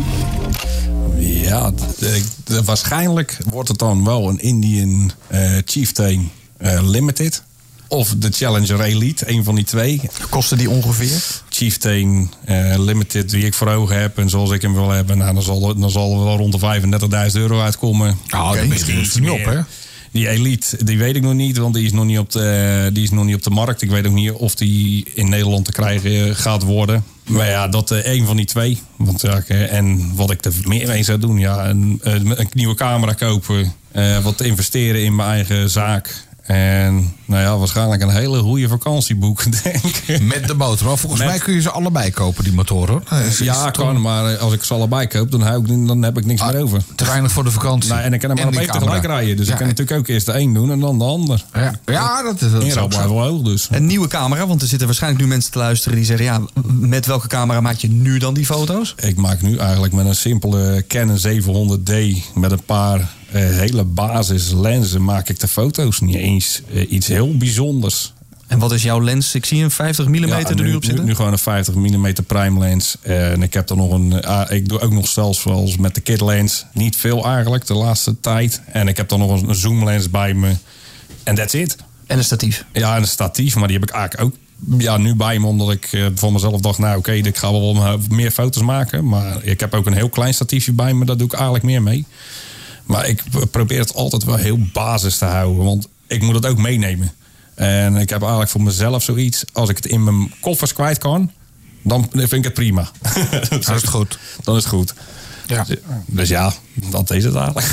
Ja, de, de, waarschijnlijk wordt het dan wel een Indian uh, Chieftain uh, Limited. Of de Challenger Elite, een van die twee. Kosten die ongeveer? Chieftain uh, Limited, die ik voor ogen heb en zoals ik hem wil hebben, nou, dan, zal, dan zal er wel rond de vijfendertigduizend euro uitkomen. Nou, okay, dat is iets niet op, hè? Die Elite, die weet ik nog niet, want die is nog niet op de, die is nog niet op de markt. Ik weet ook niet of die in Nederland te krijgen gaat worden. Maar ja, dat uh, een van die twee. Want, ja, en wat ik er meer mee zou doen, ja, een, een nieuwe camera kopen, uh, wat investeren in mijn eigen zaak. En nou ja, waarschijnlijk een hele goede vakantieboek, denk ik. Met de motor. Maar volgens Met... mij kun je ze allebei kopen, die motoren. Is, ja, is kan, toch... maar als ik ze allebei koop, dan, hou ik, dan heb ik niks ah, meer over. Te weinig voor de vakantie. Nou, en ik kan hem maar op één tegelijk rijden. Dus ja, ik kan en... natuurlijk ook eerst de een doen en dan de ander. Ja, ja dat is dat is ook wel hoog. Dus. Een nieuwe camera, want er zitten waarschijnlijk nu mensen te luisteren die zeggen, ja, met welke camera maak je nu dan die foto's? Ik maak nu eigenlijk met een simpele Canon zevenhonderd D met een paar uh, hele basis lenzen maak ik de foto's. Niet eens uh, iets heel bijzonders. En wat is jouw lens? Ik zie een vijftig millimeter ja, nu, er nu op zitten. Nu, nu gewoon een vijftig millimeter prime lens. Uh, en ik heb er nog een. Uh, ik doe ook nog zelfs zoals met de kit lens. Niet veel eigenlijk de laatste tijd. En ik heb dan nog een zoomlens bij me. En that's it. En een statief. Ja, en een statief. Maar die heb ik eigenlijk ook ja, nu bij me. Omdat ik uh, van mezelf dacht, nou oké, okay, ik ga wel meer foto's maken. Maar ik heb ook een heel klein statiefje bij me. Daar doe ik eigenlijk meer mee. Maar ik probeer het altijd wel heel basis te houden. Want ik moet het ook meenemen. En ik heb eigenlijk voor mezelf zoiets. Als ik het in mijn koffers kwijt kan, dan vind ik het prima. Dan is het goed. Dan is het goed. Ja. Dus, dus ja, dat is het eigenlijk.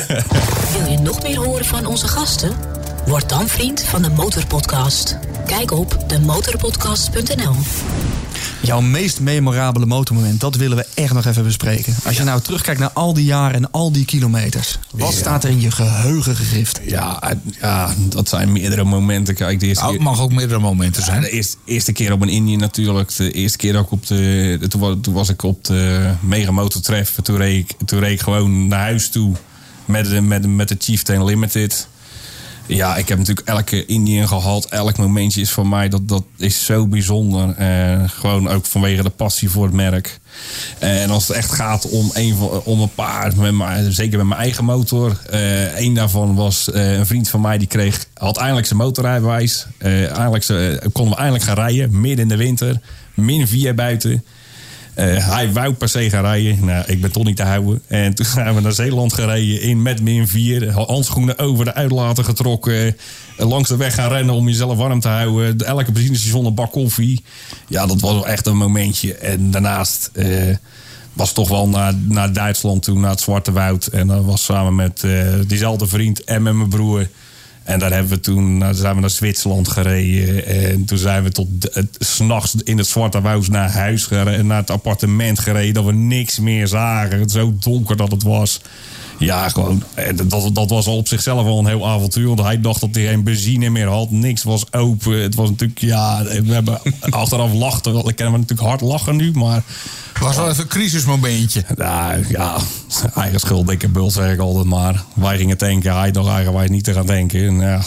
Wil je nog meer horen van onze gasten? Word dan vriend van de Motorpodcast. Kijk op de motorpodcast punt n l. Jouw meest memorabele motormoment, dat willen we echt nog even bespreken. Als je nou terugkijkt naar al die jaren en al die kilometers. Wat ja. staat er in je geheugen gegrift? Ja, ja, dat zijn meerdere momenten. Kijk, de eerste nou, het mag ook meerdere momenten zijn. Ja, de eerste, eerste keer op een Indian natuurlijk. De eerste keer ook op de... Toen was, toen was ik op de Mega Motortref. Toen reed ik, toen reed ik gewoon naar huis toe met de, met, met de Chieftain Limited. Ja, ik heb natuurlijk elke Indian gehad. Elk momentje is voor mij, dat, dat is zo bijzonder. Uh, gewoon ook vanwege de passie voor het merk. Uh, en als het echt gaat om een, om een paar, met mijn, zeker met mijn eigen motor. Uh, Eén daarvan was uh, een vriend van mij, die kreeg, had eindelijk zijn motorrijbewijs. Uh, eindelijk, uh, konden we eindelijk gaan rijden, midden in de winter. min vier buiten. Uh, hij wou per se gaan rijden. Nou, ik ben toch niet te houden. En toen zijn we naar Zeeland gereden in met min vier. Handschoenen over de uitlaten getrokken. Uh, langs de weg gaan rennen om jezelf warm te houden. Elke benzinestation een bak koffie. Ja, dat was wel echt een momentje. En daarnaast uh, was toch wel naar, naar Duitsland toe, naar het Zwarte Woud. En dat was samen met uh, diezelfde vriend en met mijn broer. En daar hebben we toen, nou, zijn we naar Zwitserland gereden. En toen zijn we tot uh, 's nachts in het Zwarte Woud naar huis gereden, naar het appartement gereden. Dat we niks meer zagen. Het zo donker dat het was. Ja, gewoon. Dat, dat was al op zichzelf wel een heel avontuur. Want hij dacht dat hij geen benzine meer had. Niks was open. Het was natuurlijk, ja, we hebben achteraf lachten. Ik ken hem natuurlijk hard lachen nu, maar... Het was wel even een crisismomentje. Nou ja, eigen schuld, dikke bul, zeg ik altijd maar. Wij gingen tanken, hij dacht eigenwijs niet te gaan tanken. En, ja.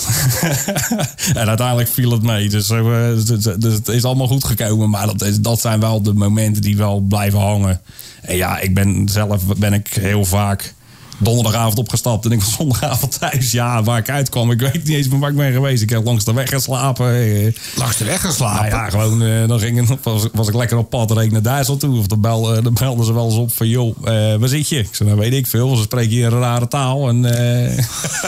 En uiteindelijk viel het mee. Dus, uh, dus, dus het is allemaal goed gekomen. Maar dat, is, dat zijn wel de momenten die wel blijven hangen. En ja, ik ben zelf ben ik heel vaak donderdagavond opgestapt en ik was zondagavond thuis. Ja, waar ik uitkwam. Ik weet niet eens meer waar ik ben geweest. Ik heb langs de weg geslapen. Langs de weg geslapen? Nou ja, gewoon, uh, dan ging, was, was ik lekker op pad, reed naar Duitsland toe. Of dan, bel, uh, dan belden ze wel eens op van, joh, uh, waar zit je? Ik zei, nou weet ik veel. Ze spreken hier een rare taal. En, uh,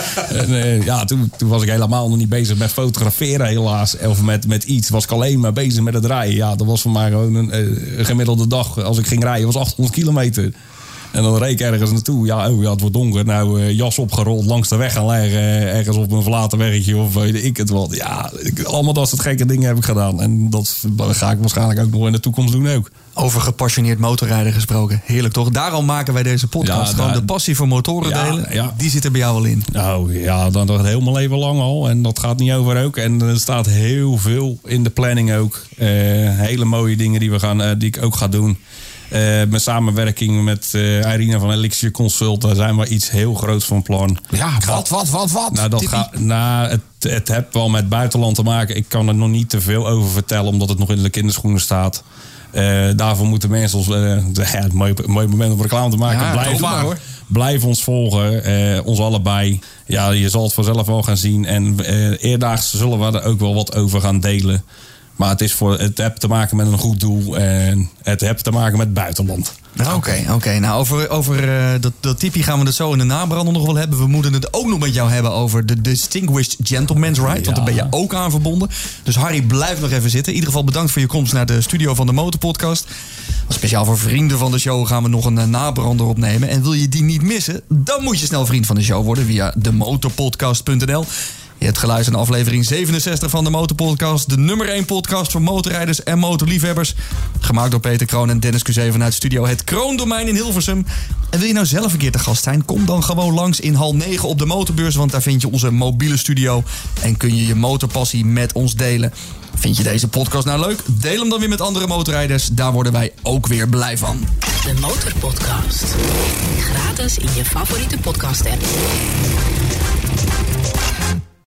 en uh, ja, toen, toen was ik helemaal nog niet bezig met fotograferen helaas. Of met, met iets. Was ik alleen maar bezig met het rijden. Ja, dat was voor mij gewoon een, uh, een gemiddelde dag. Als ik ging rijden was achthonderd kilometer. En dan reed ik ergens naartoe. Ja, oh, ja, het wordt donker. Nou, uh, jas opgerold, langs de weg gaan leggen. Uh, ergens op een verlaten weggetje of weet ik het wat. Ja, ik, allemaal dat soort gekke dingen heb ik gedaan. En dat ga ik waarschijnlijk ook nog in de toekomst doen ook. Over gepassioneerd motorrijden gesproken. Heerlijk toch? Daarom maken wij deze podcast. Ja, Gewoon daar, de passie voor motoren ja, delen. Ja. Die zit er bij jou wel in. Nou ja, dat gaat heel mijn leven lang al. En dat gaat niet over ook. En er staat heel veel in de planning ook. Uh, hele mooie dingen die, we gaan, uh, die ik ook ga doen. Uh, mijn samenwerking met uh, Irina van Elixir Consult, daar zijn we iets heel groots van plan. Ja, wat, wat, wat, wat? Nou, dat gaat, nou het, het heeft wel met buitenland te maken. Ik kan er nog niet te veel over vertellen, omdat het nog in de kinderschoenen staat. Uh, daarvoor moeten mensen ons, uh, ja, het mooie, mooie moment om reclame te maken. Ja, blijf, maar, hoor. blijf ons volgen, uh, ons allebei. Ja, je zal het vanzelf wel gaan zien. En uh, eerdaags zullen we er ook wel wat over gaan delen. Maar het, is voor, het heeft te maken met een goed doel. En het heeft te maken met het buitenland. Oké, okay, oké. Okay. Nou, over, over uh, dat, dat tipje gaan we het zo in de nabrander nog wel hebben. We moeten het ook nog met jou hebben over de Distinguished Gentleman's Ride. Ja. Want daar ben je ook aan verbonden. Dus Harry, blijf nog even zitten. In ieder geval bedankt voor je komst naar de studio van de Motorpodcast. Speciaal voor vrienden van de show gaan we nog een uh, nabrander opnemen. En wil je die niet missen, dan moet je snel vriend van de show worden via de motorpodcast punt n l. Je hebt geluisterd naar aflevering zevenenzestig van de Motorpodcast. De nummer één podcast voor motorrijders en motorliefhebbers. Gemaakt door Peter Kroon en Dennis Q C vanuit studio Het Kroondomein in Hilversum. En wil je nou zelf een keer te gast zijn? Kom dan gewoon langs in hal negen op de Motorbeurs. Want daar vind je onze mobiele studio. En kun je je motorpassie met ons delen. Vind je deze podcast nou leuk? Deel hem dan weer met andere motorrijders. Daar worden wij ook weer blij van. De Motorpodcast. Gratis in je favoriete podcast app.